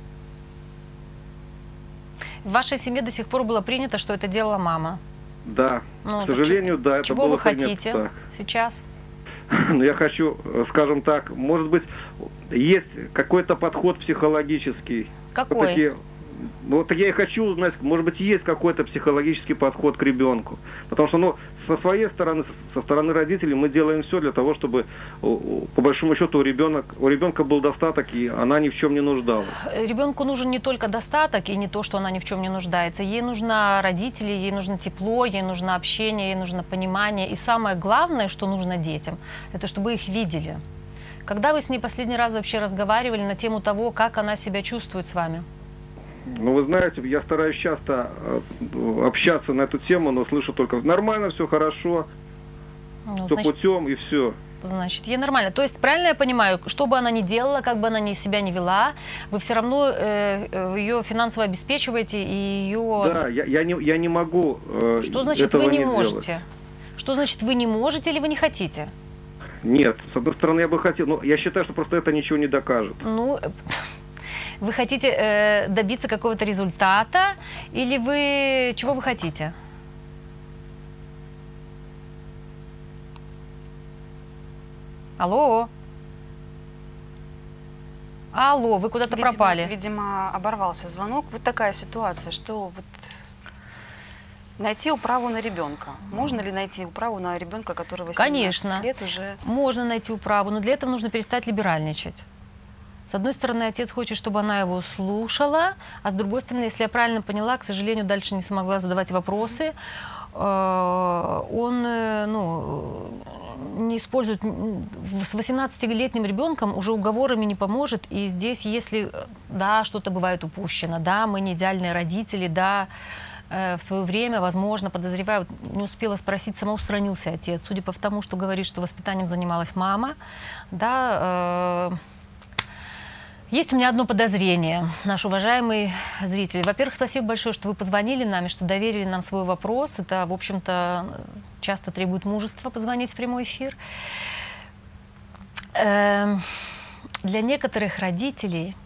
В вашей семье до сих пор было принято, что это делала мама? Да, к сожалению, да, это было принято. Чего вы хотите сейчас? Я хочу, скажем так, может быть, есть какой-то подход психологический. Какой? Я и хочу узнать, может быть, есть какой-то психологический подход к ребенку. Потому что, со своей стороны, со стороны родителей мы делаем все для того, чтобы, по большому счету, у ребенка был достаток, и она ни в чем не нуждалась. Ребенку нужен не только достаток, и не то, что она ни в чем не нуждается. Ей нужно родители, ей нужно тепло, ей нужно общение, ей нужно понимание. И самое главное, что нужно детям, это чтобы их видели. Когда вы с ней последний раз вообще разговаривали на тему того, как она себя чувствует с вами? Вы знаете, я стараюсь часто общаться на эту тему, но слышу только «нормально, все хорошо, все путем» и все. Значит, ей нормально. То есть, правильно я понимаю, что бы она ни делала, как бы она себя ни вела, вы все равно ее финансово обеспечиваете и ее... Да, я не могу Что значит вы не можете? Что значит вы не можете или вы не хотите? Нет, с одной стороны, я бы хотел, но я считаю, что просто это ничего не докажет. Вы хотите добиться какого-то результата или чего вы хотите? Алло? Алло, вы куда-то пропали. Видимо, оборвался звонок. Вот такая ситуация, что найти управу на ребенка. Можно ли найти управу на ребенка, которого 17 лет уже? Конечно, можно найти управу, но для этого нужно перестать либеральничать. С одной стороны, отец хочет, чтобы она его слушала, а с другой стороны, если я правильно поняла, к сожалению, дальше не смогла задавать вопросы, он не использует, с 18-летним ребенком уже уговорами не поможет, и здесь, если, да, что-то бывает упущено, да, мы не идеальные родители, да, в свое время, возможно, подозреваю, не успела спросить, самоустранился отец, судя по тому, что говорит, что воспитанием занималась мама, да. Есть у меня одно подозрение, наш уважаемый зритель. Во-первых, спасибо большое, что вы позвонили нам и что доверили нам свой вопрос. Это, в общем-то, часто требует мужества позвонить в прямой эфир. Для некоторых родителей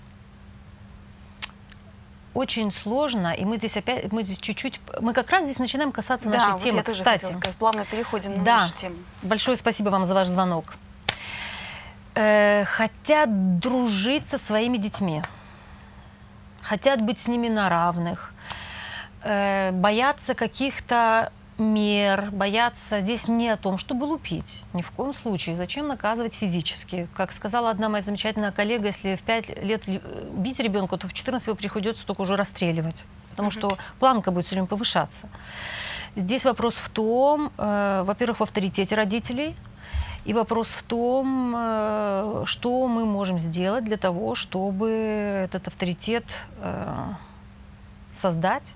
очень сложно, и мы здесь чуть-чуть, мы как раз здесь начинаем касаться нашей темы, кстати. Тоже сказать, плавно переходим на нашу тему. Большое спасибо вам за ваш звонок. Хотят дружить со своими детьми, хотят быть с ними на равных, боятся каких-то мер, боятся здесь не о том, чтобы лупить, ни в коем случае. Зачем наказывать физически? Как сказала одна моя замечательная коллега, если в 5 лет бить ребенка, то в 14 его приходится только уже расстреливать, потому что планка будет все время повышаться. Здесь вопрос в том, во-первых, в авторитете родителей, и вопрос в том, что мы можем сделать для того, чтобы этот авторитет создать.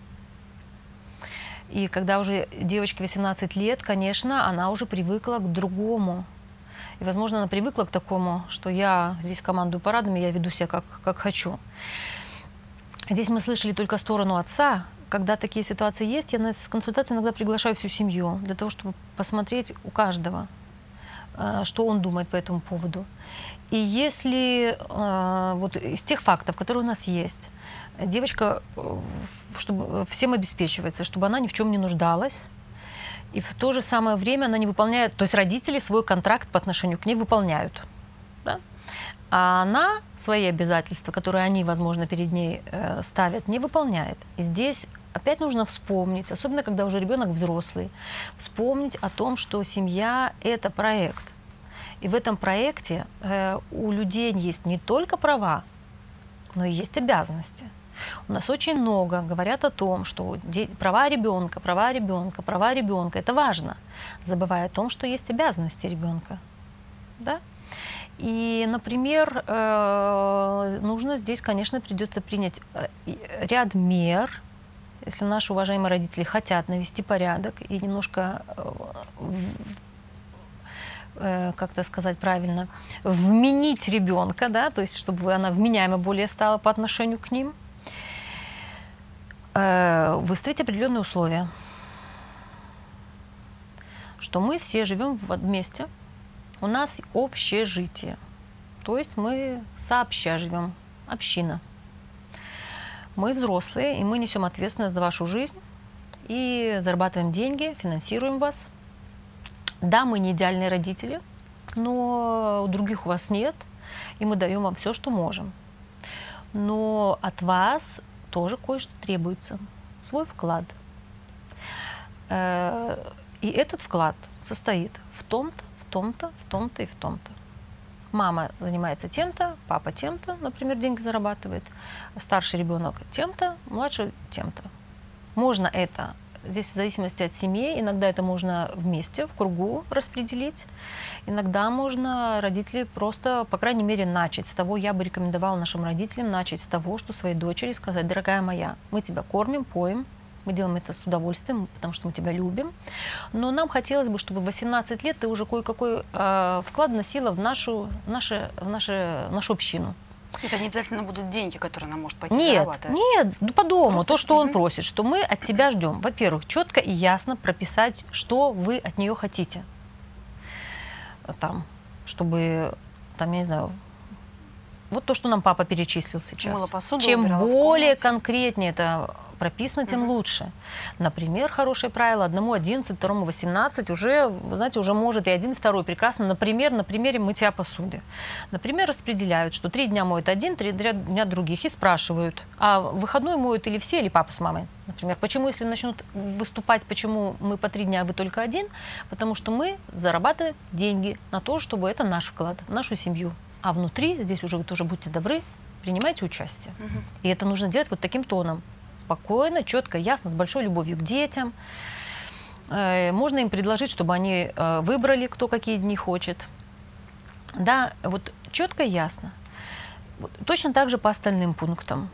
И когда уже девочке 18 лет, конечно, она уже привыкла к другому. И, возможно, она привыкла к такому, что я здесь командую парадами, я веду себя как хочу. Здесь мы слышали только сторону отца, когда такие ситуации есть, я на консультацию иногда приглашаю всю семью для того, чтобы посмотреть у каждого, что он думает по этому поводу. И если вот из тех фактов, которые у нас есть, девочка чтобы всем обеспечивается, чтобы она ни в чем не нуждалась, и в то же самое время она не выполняет, то есть родители свой контракт по отношению к ней выполняют, да? А она свои обязательства, которые они, возможно, перед ней ставят, не выполняет. И здесь опять нужно вспомнить, особенно когда уже ребенок взрослый, вспомнить о том, что семья – это проект. И в этом проекте у людей есть не только права, но и есть обязанности. У нас очень много говорят о том, что права ребенка, права ребенка, права ребенка – это важно, забывая о том, что есть обязанности ребенка. Да? И, например, нужно здесь, конечно, придется принять ряд мер, если наши уважаемые родители хотят навести порядок и немножко, как-то сказать правильно, вменить ребенка, да, то есть чтобы она вменяемо более стала по отношению к ним, выставить определенные условия, что мы все живем вместе, у нас общежитие, то есть мы сообща живем, община. Мы взрослые, и мы несем ответственность за вашу жизнь и зарабатываем деньги, финансируем вас. Да, мы не идеальные родители, но других у вас нет, и мы даем вам все, что можем. Но от вас тоже кое-что требуется, свой вклад. И этот вклад состоит в том-то, в том-то, в том-то и в том-то. Мама занимается тем-то, папа тем-то, например, деньги зарабатывает, старший ребенок тем-то, младший тем-то. Можно это, здесь в зависимости от семьи, иногда это можно вместе, в кругу распределить, иногда можно родители просто, по крайней мере, начать с того, я бы рекомендовала нашим родителям начать с того, что своей дочери сказать: дорогая моя, мы тебя кормим, поем, мы делаем это с удовольствием, потому что мы тебя любим. Но нам хотелось бы, чтобы в 18 лет ты уже кое-какой вклад вносила в нашу общину. Это не обязательно будут деньги, которые она может пойти нет, зарабатывать. Нет, ну, по дому, просто то, что он просит, что мы от тебя ждем. Во-первых, четко и ясно прописать, что вы от нее хотите. Там, чтобы, там, я не знаю, вот то, что нам папа перечислил сейчас. Мыла посуду, чем убирала в более комнате. конкретнее это прописано, тем лучше. Например, хорошее правило: одному 11, второму 18, уже, вы знаете, уже может и один, и второй прекрасно. Например, на примере мытья посуды. Например, распределяют, что 3 дня моет один, 3 дня других, и спрашивают, а в выходной моют или все, или папа с мамой. Например, почему, если начнут выступать, почему мы по 3 дня, а вы только один? Потому что мы зарабатываем деньги на то, чтобы это наш вклад, в нашу семью. А внутри, здесь уже вы тоже будьте добры, принимайте участие. И это нужно делать вот таким тоном. Спокойно, четко, ясно, с большой любовью к детям. Можно им предложить, чтобы они выбрали, кто какие дни хочет. Да, вот четко и ясно. Вот, точно так же по остальным пунктам.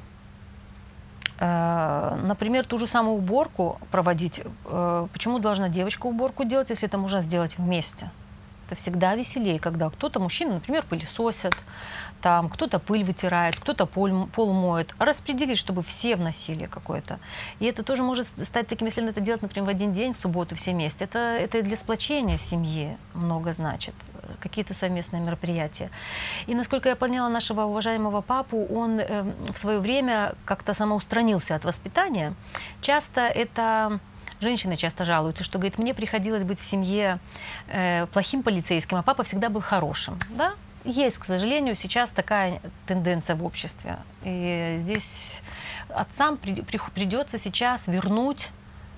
Например, ту же самую уборку проводить. Почему должна девочка уборку делать, если это можно сделать вместе? Это всегда веселее, когда кто-то, мужчина, например, пылесосят, там кто-то пыль вытирает, кто-то пол моет. Распределить, чтобы все вносили какое-то. И это тоже может стать таким, если это делать, например, в один день, в субботу все вместе. Это и для сплочения семьи много значит. Какие-то совместные мероприятия. И насколько я поняла нашего уважаемого папу, он в свое время как-то самоустранился от воспитания. Часто это... Женщины часто жалуются, что, говорит, мне приходилось быть в семье плохим полицейским, а папа всегда был хорошим. Да? Есть, к сожалению, сейчас такая тенденция в обществе. И здесь отцам придется сейчас вернуть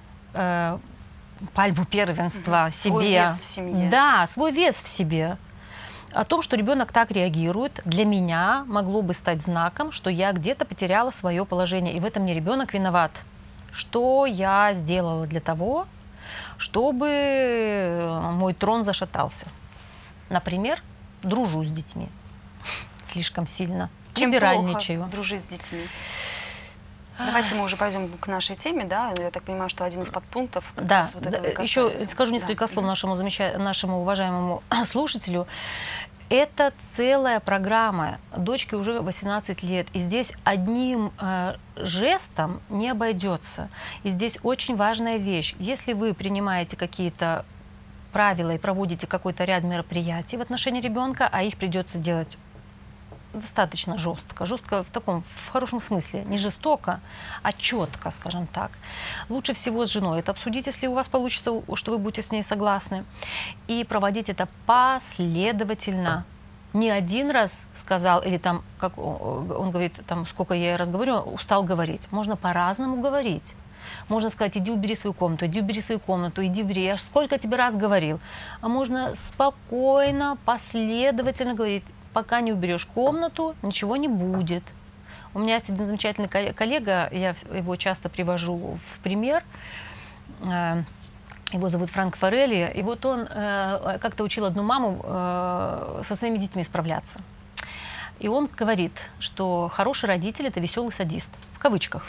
пальму первенства себе. Свой вес в семье. Да, свой вес в себе. О том, что ребенок так реагирует, для меня могло бы стать знаком, что я где-то потеряла свое положение. И в этом не ребенок виноват. Что я сделала для того, чтобы мой трон зашатался? Например, дружу с детьми слишком сильно. Чем либеральничаю. плохо дружить с детьми? Давайте мы уже пойдем к нашей теме, да? Я так понимаю, что один из подпунктов как раз вот этого еще касается. скажу несколько слов нашему уважаемому слушателю. Это целая программа. Дочке уже 18 лет. И здесь одним жестом не обойдется. И здесь очень важная вещь. Если вы принимаете какие-то правила и проводите какой-то ряд мероприятий в отношении ребенка, а их придется делать достаточно жестко. Жестко в хорошем смысле. Не жестоко, а четко, скажем так. Лучше всего с женой это обсудить, если у вас получится, что вы будете с ней согласны. И проводить это последовательно. Не один раз сказал, или там, как он говорит, там, сколько я раз говорю, устал говорить. Можно по-разному говорить. Можно сказать, иди убери свою комнату, иди убери свою комнату, иди убери. Я сколько тебе раз говорил. А можно спокойно, последовательно говорить. Пока не уберешь комнату, ничего не будет. У меня есть один замечательный коллега, я его часто привожу в пример. Его зовут Франк Форелли. И вот он как-то учил одну маму со своими детьми справляться. И он говорит, что хороший родитель – это веселый садист, в кавычках.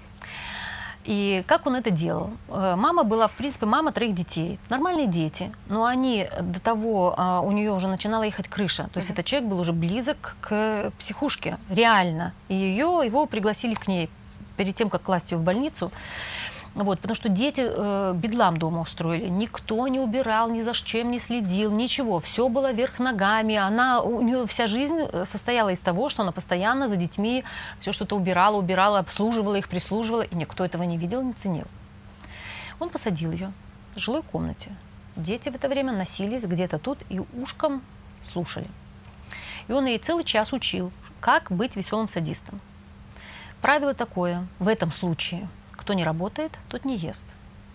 И как он это делал? Мама была, в принципе, мама 3 детей. Нормальные дети, но они до того, у нее уже начинала ехать крыша. То есть этот человек был уже близок к психушке, реально. И его пригласили к ней перед тем, как класть ее в больницу. Вот, потому что дети бедлам дома устроили. Никто не убирал, ни за чем не следил, ничего. Все было вверх ногами. У нее вся жизнь состояла из того, что она постоянно за детьми все что-то убирала, обслуживала их, прислуживала. И никто этого не видел, не ценил. Он посадил ее в жилой комнате. Дети в это время носились где-то тут и ушком слушали. И он ей целый час учил, как быть веселым садистом. Правило такое в этом случае. Кто не работает, тот не ест.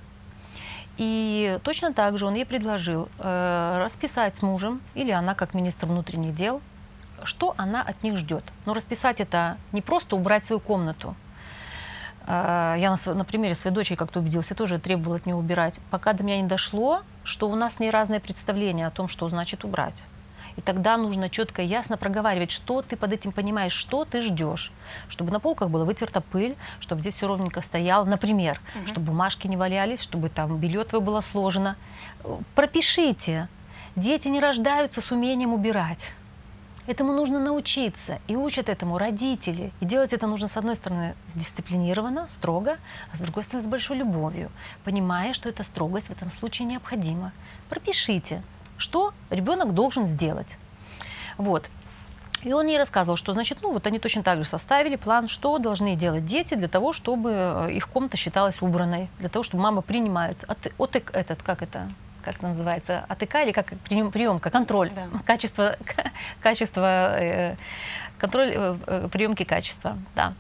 И точно так же он ей предложил расписать с мужем, или она как министр внутренних дел, что она от них ждет. Но расписать это не просто убрать свою комнату. Я на примере своей дочери как-то убедилась, я тоже требовала от нее убирать, пока до меня не дошло, что у нас с ней разные представления о том, что значит убрать. И тогда нужно четко и ясно проговаривать, что ты под этим понимаешь, что ты ждешь. Чтобы на полках была вытерта пыль, чтобы здесь все ровненько стояло. Например, чтобы бумажки не валялись, чтобы там белье твое было сложено. Пропишите. Дети не рождаются с умением убирать. Этому нужно научиться. И учат этому родители. И делать это нужно, с одной стороны, дисциплинированно, строго, а с другой стороны, с большой любовью, понимая, что эта строгость в этом случае необходима. Пропишите, что ребенок должен сделать. Вот. И он ей рассказывал, что, значит, ну вот они точно так же составили план, что должны делать дети для того, чтобы их комната считалась убранной, для того, чтобы мама принимает как это называется, АТК или как приемка, контроль, да. Контроль приемки качества, да.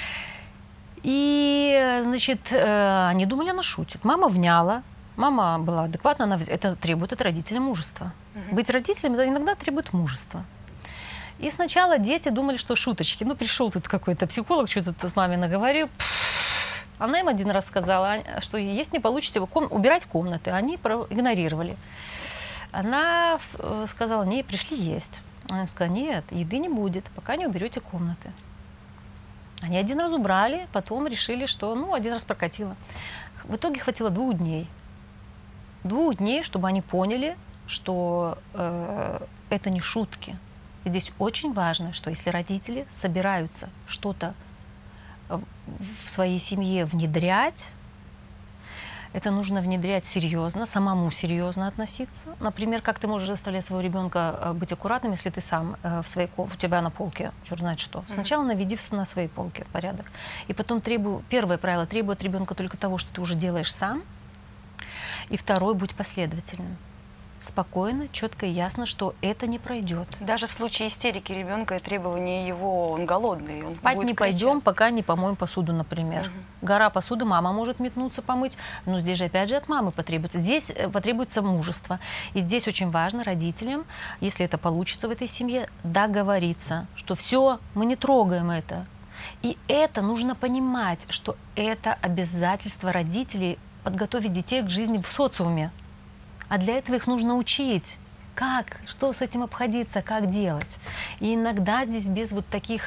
И, значит, они думали, она шутит. Мама вняла. Мама была адекватна, это требует от родителя мужества. Быть родителем это иногда требует мужества. И сначала дети думали, что шуточки. Ну, пришел тут какой-то психолог, что-то тут маме наговорил. Она им один раз сказала, что если не получите убирать комнаты, они игнорировали. Она сказала, не, пришли есть. Она им сказала, нет, еды не будет, пока не уберете комнаты. Они один раз убрали, потом решили, что, ну, один раз прокатило. В итоге хватило 2 дней. 2 дней, чтобы они поняли, что это не шутки. И здесь очень важно, что если родители собираются что-то в своей семье внедрять, это нужно внедрять серьезно, самому серьезно относиться. Например, как ты можешь заставлять своего ребенка быть аккуратным, если ты сам у тебя на полке, черт знает что. Сначала наведи на своей полке порядок. И потом первое правило, требуй от ребенка только того, что ты уже делаешь сам. И второе, будь последовательным. Спокойно, четко и ясно, что это не пройдет. Даже в случае истерики ребенка и требования его, он голодный. Он спать не пойдем, пока не помоем посуду, например. Гора посуды, мама может метнуться помыть, но здесь же опять же от мамы потребуется. Здесь потребуется мужество. И здесь очень важно родителям, если это получится в этой семье, договориться, что все, мы не трогаем это. И это нужно понимать, что это обязательство родителей подготовить детей к жизни в социуме. А для этого их нужно учить, как, что с этим обходиться, как делать. И иногда здесь без вот таких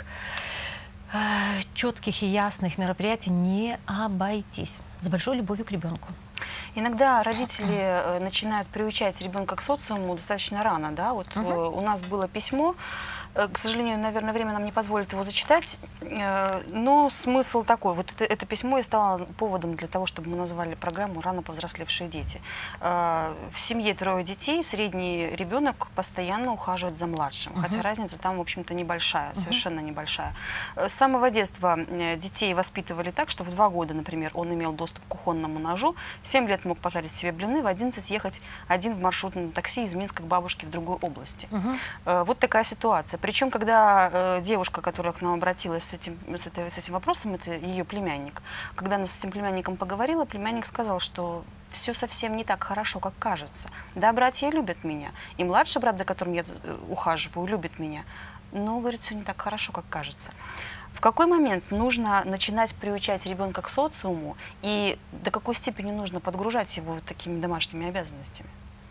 четких и ясных мероприятий не обойтись. С большой любовью к ребенку. Иногда родители начинают приучать ребенка к социуму достаточно рано, да? Вот у нас было письмо, к сожалению, наверное, время нам не позволит его зачитать, но смысл такой. Вот это письмо и стало поводом для того, чтобы мы назвали программу «Рано повзрослевшие дети». В семье 3 детей, средний ребенок постоянно ухаживает за младшим, хотя разница там, в общем-то, небольшая, совершенно небольшая. С самого детства детей воспитывали так, что в 2 года, например, он имел доступ к кухонному ножу, в 7 лет мог пожарить себе блины, в 11 ехать один в маршрутном такси из Минска к бабушке в другой области. Вот такая ситуация. Причем, когда девушка, которая к нам обратилась с этим вопросом, это ее племянник, когда она с этим племянником поговорила, племянник сказал, что все совсем не так хорошо, как кажется. Да, братья любят меня, и младший брат, за которым я ухаживаю, любит меня, но, говорит, все не так хорошо, как кажется. В какой момент нужно начинать приучать ребенка к социуму, и до какой степени нужно подгружать его такими домашними обязанностями?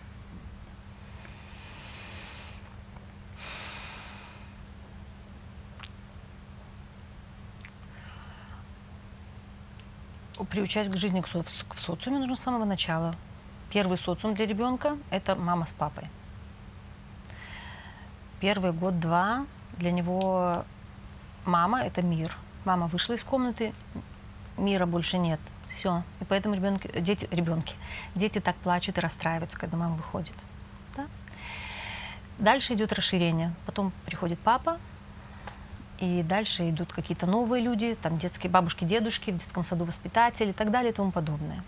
Приучать к жизни в социуме нужно с самого начала. Первый социум для ребенка – это мама с папой. Первый год-два для него мама – это мир. Мама вышла из комнаты, мира больше нет. Все. И поэтому дети так плачут и расстраиваются, когда мама выходит. Да? Дальше идет расширение. Потом приходит папа, и дальше идут какие-то новые люди, там детские бабушки, дедушки, в детском саду воспитатели и так далее и тому подобное.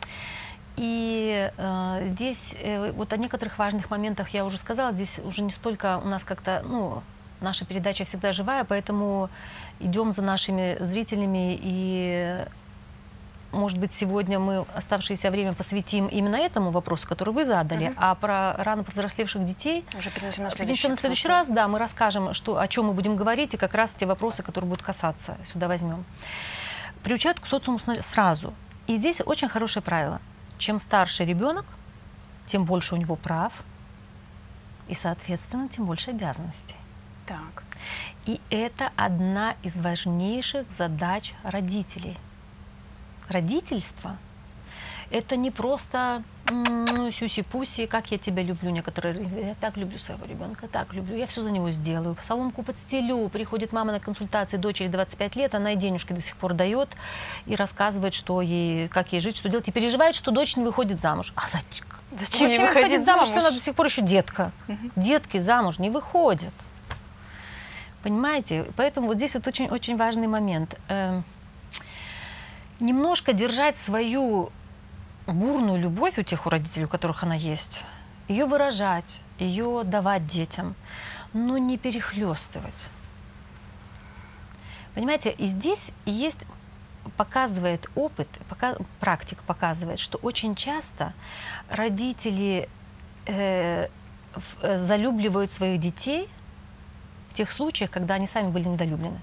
И здесь вот о некоторых важных моментах я уже сказала, здесь уже не столько у нас как-то, ну, наша передача всегда живая, поэтому идем за нашими зрителями, и, может быть, сегодня мы оставшееся время посвятим именно этому вопросу, который вы задали, а про рано повзрослевших детей уже перенесем на следующий раз, да, мы расскажем, о чем мы будем говорить, и как раз те вопросы, которые будут касаться, сюда возьмем. Приучают к социуму сразу. И здесь очень хорошее правило. Чем старше ребенок, тем больше у него прав, и, соответственно, тем больше обязанностей. Так. И это одна из важнейших задач родителей. Родительство – это не просто сюси-пуси, как я тебя люблю. Некоторые говорят, я так люблю своего ребенка, так люблю, я все за него сделаю, соломку подстелю. Приходит мама на консультации, дочери 25 лет, она и денежки до сих пор дает и рассказывает, как ей жить, что делать, и переживает, что дочь не выходит замуж. А зачем не выходить замуж, если она до сих пор еще детка? Детки замуж не выходят. Понимаете? Поэтому вот здесь вот очень важный момент. Немножко держать свою бурную любовь у родителей, у которых она есть, ее выражать, ее давать детям, но не перехлестывать. Понимаете, и здесь показывает опыт, практика показывает, что очень часто родители залюбливают своих детей в тех случаях, когда они сами были недолюблены.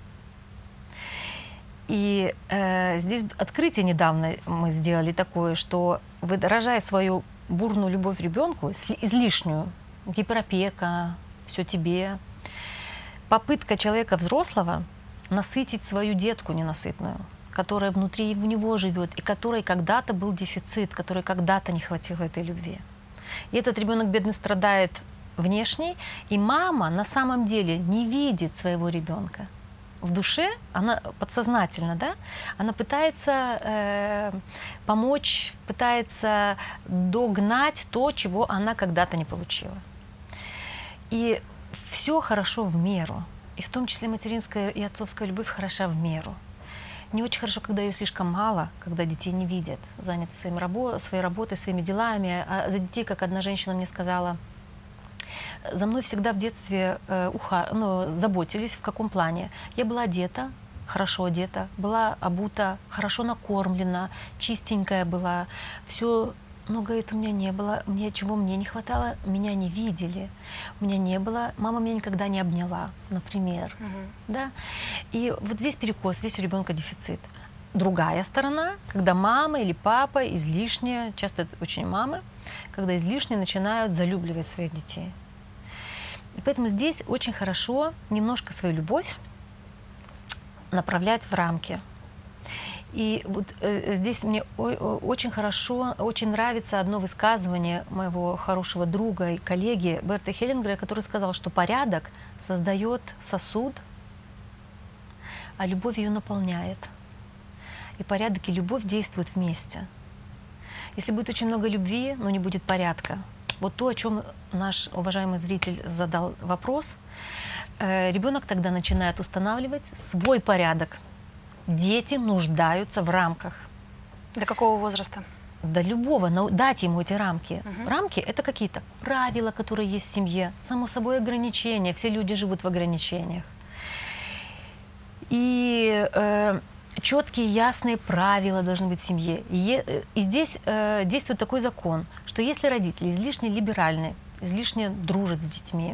И здесь открытие недавно мы сделали такое, что, выражая свою бурную любовь ребенку, излишнюю, гиперопека, все тебе, попытка человека взрослого насытить свою детку ненасытную, которая внутри в него живет, и которой когда-то был дефицит, которой когда-то не хватило этой любви. И этот ребенок бедный страдает внешне, и мама на самом деле не видит своего ребенка. В душе, она подсознательно, да, она пытается помочь, пытается догнать то, чего она когда-то не получила. И все хорошо в меру. И в том числе материнская и отцовская любовь хороша в меру. Не очень хорошо, когда ее слишком мало, когда детей не видят, заняты своей работой, своими делами. А за детей, как одна женщина мне сказала, за мной всегда в детстве заботились. В каком плане? Я была одета, хорошо одета, была обута, хорошо накормлена, чистенькая была. Все, но, говорит, у меня не было, чего мне не хватало, меня не видели. У меня не было, мама меня никогда не обняла, например. Да? И вот здесь перекос, здесь у ребенка дефицит. Другая сторона, когда мама или папа излишне, часто это очень мамы, когда излишне начинают залюбливать своих детей. И поэтому здесь очень хорошо немножко свою любовь направлять в рамки. И вот здесь мне очень хорошо, очень нравится одно высказывание моего хорошего друга и коллеги Берта Хеллингера, который сказал, что порядок создает сосуд, а любовь ее наполняет. И порядок и любовь действуют вместе. Если будет очень много любви, но не будет порядка, вот то, о чем наш уважаемый зритель задал вопрос, ребенок тогда начинает устанавливать свой порядок. Дети нуждаются в рамках. До какого возраста? До любого, но дать ему эти рамки. Рамки — это какие-то правила, которые есть в семье, само собой ограничения, все люди живут в ограничениях. И четкие, ясные правила должны быть в семье. И здесь действует такой закон, что если родители излишне либеральны, излишне дружат с детьми,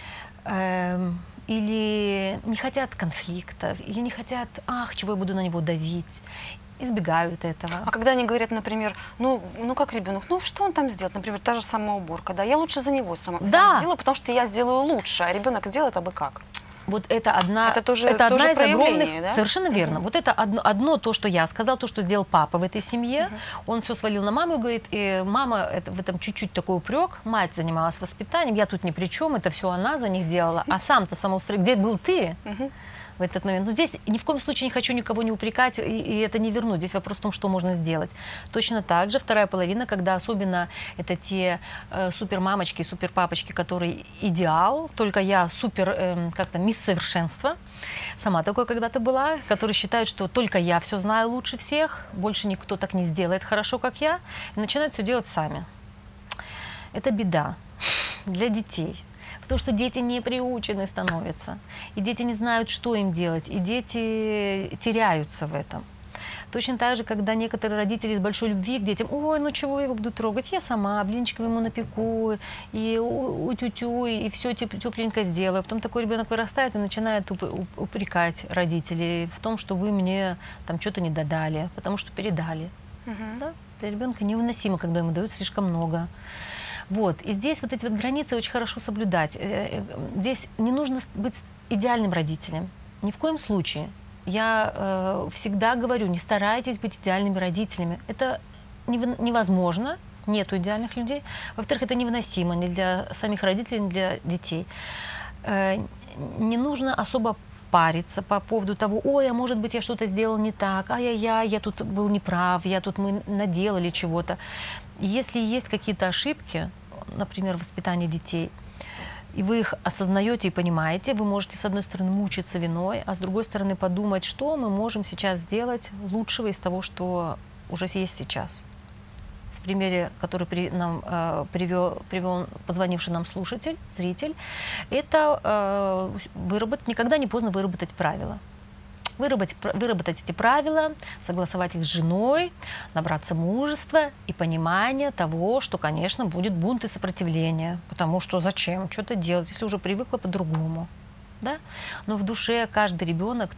или не хотят конфликтов, или не хотят, чего я буду на него давить, избегают этого. А когда они говорят, например, ну как ребенок, ну что он там сделает, например, та же самая уборка, да, я лучше за него сам сделаю, потому что я сделаю лучше, а ребенок сделает абы как. Вот это одна тоже из огромных, да? Совершенно верно. Вот это одно то, что я сказал, то, что сделал папа в этой семье. Он все свалил на маму и говорит, и мама, в этом чуть-чуть такой упрек, мать занималась воспитанием, я тут ни при чем, это все она за них делала, а сам-то самоустроил, где был ты? В этот момент. Но здесь ни в коем случае не хочу никого не упрекать и это не вернуть. Здесь вопрос в том, что можно сделать. Точно так же вторая половина, когда особенно это те супермамочки, суперпапочки, которые идеал, только я супер, как-то мисс совершенства, сама такой когда-то была, которые считают, что только я все знаю лучше всех, больше никто так не сделает хорошо, как я, и начинают все делать сами. Это беда для детей. Потому что дети не приучены становятся, и дети не знают, что им делать, и дети теряются в этом. Точно так же, когда некоторые родители с большой любви к детям, ой, ну чего я его буду трогать, я сама блинчиков ему напеку, и утю-тю, и все тепленько сделаю. Потом такой ребенок вырастает и начинает упрекать родителей в том, что вы мне там что-то не додали, потому что передали. Да? Для ребенка невыносимо, когда ему дают слишком много. Вот. И здесь вот эти вот границы очень хорошо соблюдать. Здесь не нужно быть идеальным родителем. Ни в коем случае. Я всегда говорю, не старайтесь быть идеальными родителями. Это невозможно. Нету идеальных людей. Во-вторых, это невыносимо ни для самих родителей, ни для детей. Не нужно особо париться по поводу того, ой, а может быть, я что-то сделал не так, ай-яй-яй, я тут был неправ, мы наделали чего-то. Если есть какие-то ошибки, например, в воспитании детей, и вы их осознаете и понимаете, вы можете, с одной стороны, мучиться виной, а с другой стороны, подумать, что мы можем сейчас сделать лучшего из того, что уже есть сейчас. В примере, который нам привел позвонивший нам слушатель, зритель, это никогда не поздно выработать правила. Выработать эти правила, согласовать их с женой, набраться мужества и понимания того, что, конечно, будет бунт и сопротивление. Потому что зачем что-то делать, если уже привыкла по-другому. Да? Но в душе каждый ребенок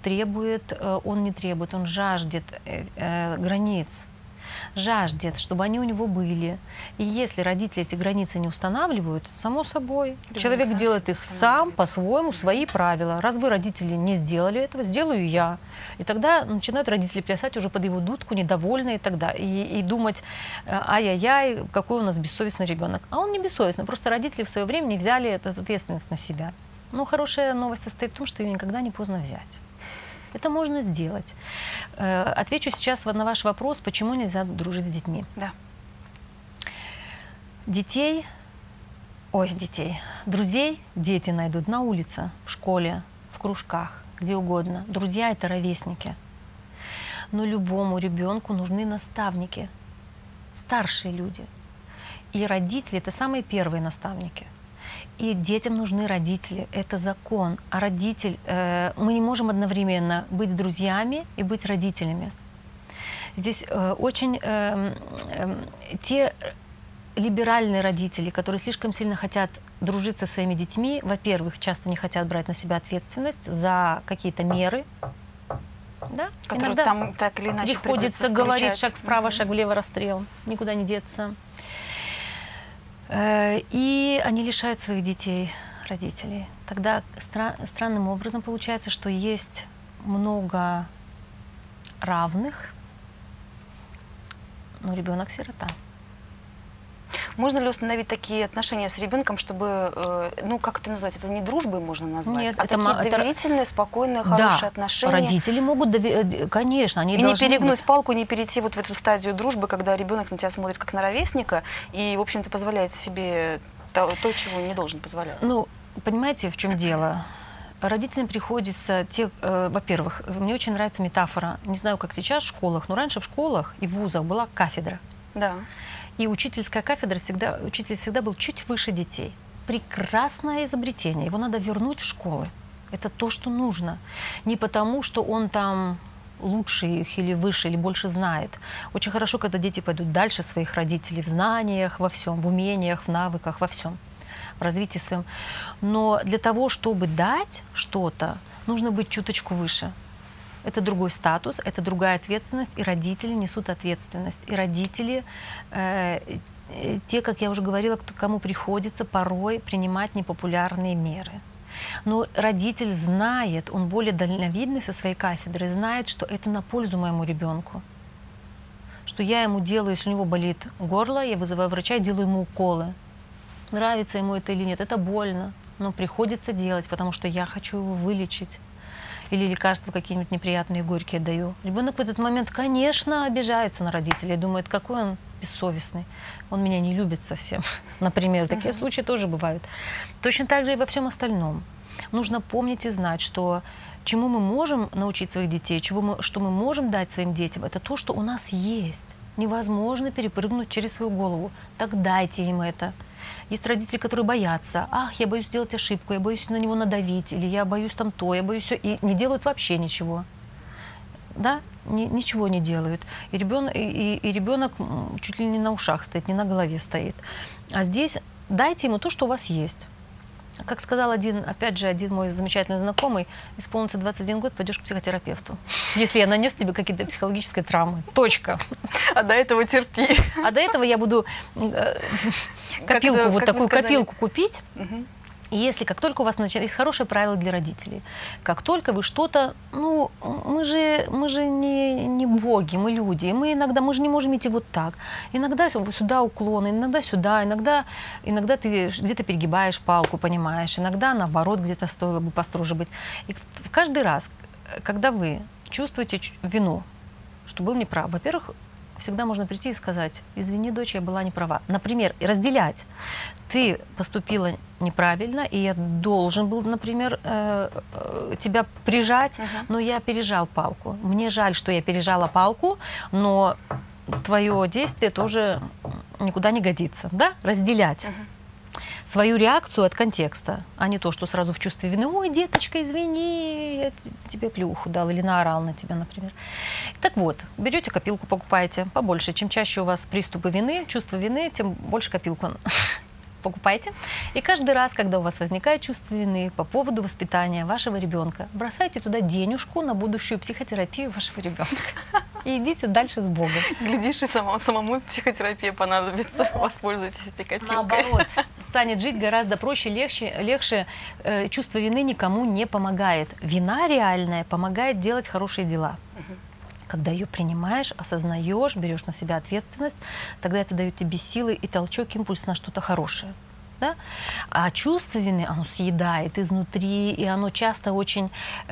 он жаждет границ. Жаждет, чтобы они у него были. И если родители эти границы не устанавливают, само собой, человек делает их сам, по-своему, свои правила. Раз вы, родители, не сделали этого, сделаю я. И тогда начинают родители плясать уже под его дудку, недовольные и думать, ай-яй-яй, какой у нас бессовестный ребенок. А он не бессовестный, просто родители в свое время не взяли эту ответственность на себя. Но хорошая новость состоит в том, что ее никогда не поздно взять. Это можно сделать. Отвечу сейчас на ваш вопрос, почему нельзя дружить с детьми. Да. Друзей дети найдут на улице, в школе, в кружках, где угодно. Друзья — это ровесники. Но любому ребенку нужны наставники, старшие люди. И родители — это самые первые наставники. И детям нужны родители, это закон. А мы не можем одновременно быть друзьями и быть родителями. Здесь те либеральные родители, которые слишком сильно хотят дружить со своими детьми, во-первых, часто не хотят брать на себя ответственность за какие-то меры, да? Которые там так или иначе приходится говорить шаг вправо, шаг влево, расстрел, никуда не деться. И они лишают своих детей родителей. Тогда странным образом получается, что есть много равных, но ребенок сирота. Можно ли установить такие отношения с ребенком, чтобы, ну, как это назвать, это не дружбой можно назвать, Нет, а такие доверительные, спокойные, хорошие отношения? Родители могут, конечно, они и должны не перегнуть быть. палку, не перейти вот в эту стадию дружбы, когда ребенок на тебя смотрит как на ровесника и, в общем-то, позволяет себе то, чего не должен позволять. Ну, понимаете, в чем дело? Родителям приходится, во-первых, мне очень нравится метафора, не знаю, как сейчас в школах, но раньше в школах и в вузах была кафедра. Да. И учительская кафедра учитель всегда был чуть выше детей. Прекрасное изобретение, его надо вернуть в школы. Это то, что нужно. Не потому, что он там лучше их или выше, или больше знает. Очень хорошо, когда дети пойдут дальше своих родителей в знаниях, во всем, в умениях, в навыках, во всем, в развитии своем. Но для того, чтобы дать что-то, нужно быть чуточку выше. Это другой статус, это другая ответственность, и родители несут ответственность. И родители, те, как я уже говорила, кому приходится порой принимать непопулярные меры. Но родитель знает, он более дальновидный со своей кафедры, знает, что это на пользу моему ребенку. Что я ему делаю, если у него болит горло, я вызываю врача и делаю ему уколы. Нравится ему это или нет, это больно, но приходится делать, потому что я хочу его вылечить. Или лекарства какие-нибудь неприятные, горькие даю. Ребенок в этот момент, конечно, обижается на родителей, думает, какой он бессовестный, он меня не любит совсем. Например, такие случаи тоже бывают. Точно так же и во всем остальном. Нужно помнить и знать, что чему мы можем научить своих детей, что мы можем дать своим детям, это то, что у нас есть. Невозможно перепрыгнуть через свою голову. Так дайте им это. Есть родители, которые боятся. Ах, я боюсь сделать ошибку, я боюсь на него надавить, или я боюсь там то, я боюсь все. И не делают вообще ничего. Да? Ничего не делают. И ребенок чуть ли не на ушах стоит, не на голове стоит. А здесь дайте ему то, что у вас есть. Как сказал опять же, один мой замечательный знакомый, исполнится 21 год, пойдешь к психотерапевту. Если я нанес тебе какие-то психологические травмы. Точка. А до этого терпи. А до этого я буду копилку купить. И если как только у вас есть хорошее правило для родителей, как только вы что-то, ну, мы же не боги, мы люди, и мы же не можем идти вот так. Иногда сюда уклон, иногда сюда, иногда ты где-то перегибаешь палку, понимаешь, иногда наоборот где-то стоило бы построже быть. И в каждый раз, когда вы чувствуете вину, что был неправ, во-первых, всегда можно прийти и сказать: извини, дочь, я была не права. Например, и разделять. Ты поступила неправильно, и я должен был, например, тебя прижать, но я пережал палку. Мне жаль, что я пережала палку, но твое действие тоже никуда не годится. Да? Разделять свою реакцию от контекста, а не то, что сразу в чувстве вины: ой, деточка, извини, я тебе плюху дал или наорал на тебя, например. Так вот, берете копилку, покупаете побольше. Чем чаще у вас приступы вины, чувство вины, тем больше копилку покупайте. И каждый раз, когда у вас возникает чувство вины по поводу воспитания вашего ребенка, бросайте туда денежку на будущую психотерапию вашего ребенка. И идите дальше с Богом. Глядишь, и самому психотерапия понадобится. Воспользуйтесь этой копилкой. Наоборот, станет жить гораздо проще, легче. Чувство вины никому не помогает. Вина реальная помогает делать хорошие дела. Когда ее принимаешь, осознаешь, берешь на себя ответственность, тогда это дает тебе силы и толчок, импульс на что-то хорошее. Да? А чувство вины, оно съедает изнутри, и оно часто очень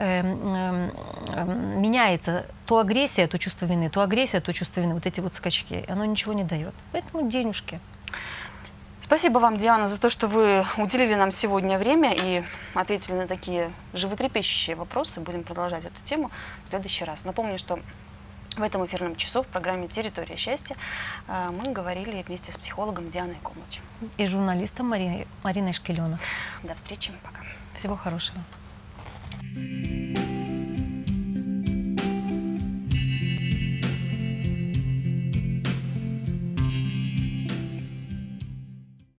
меняется. То агрессия, то чувство вины, то агрессия, то чувство вины. Вот эти вот скачки, оно ничего не дает. Поэтому денежки. Спасибо вам, Диана, за то, что вы уделили нам сегодня время и ответили на такие животрепещущие вопросы. Будем продолжать эту тему в следующий раз. Напомню, что в этом эфирном часу в программе «Территория счастья» мы говорили вместе с психологом Дианой Комлач. И журналистом Мариной Шкеленок. До встречи. Пока. Всего хорошего.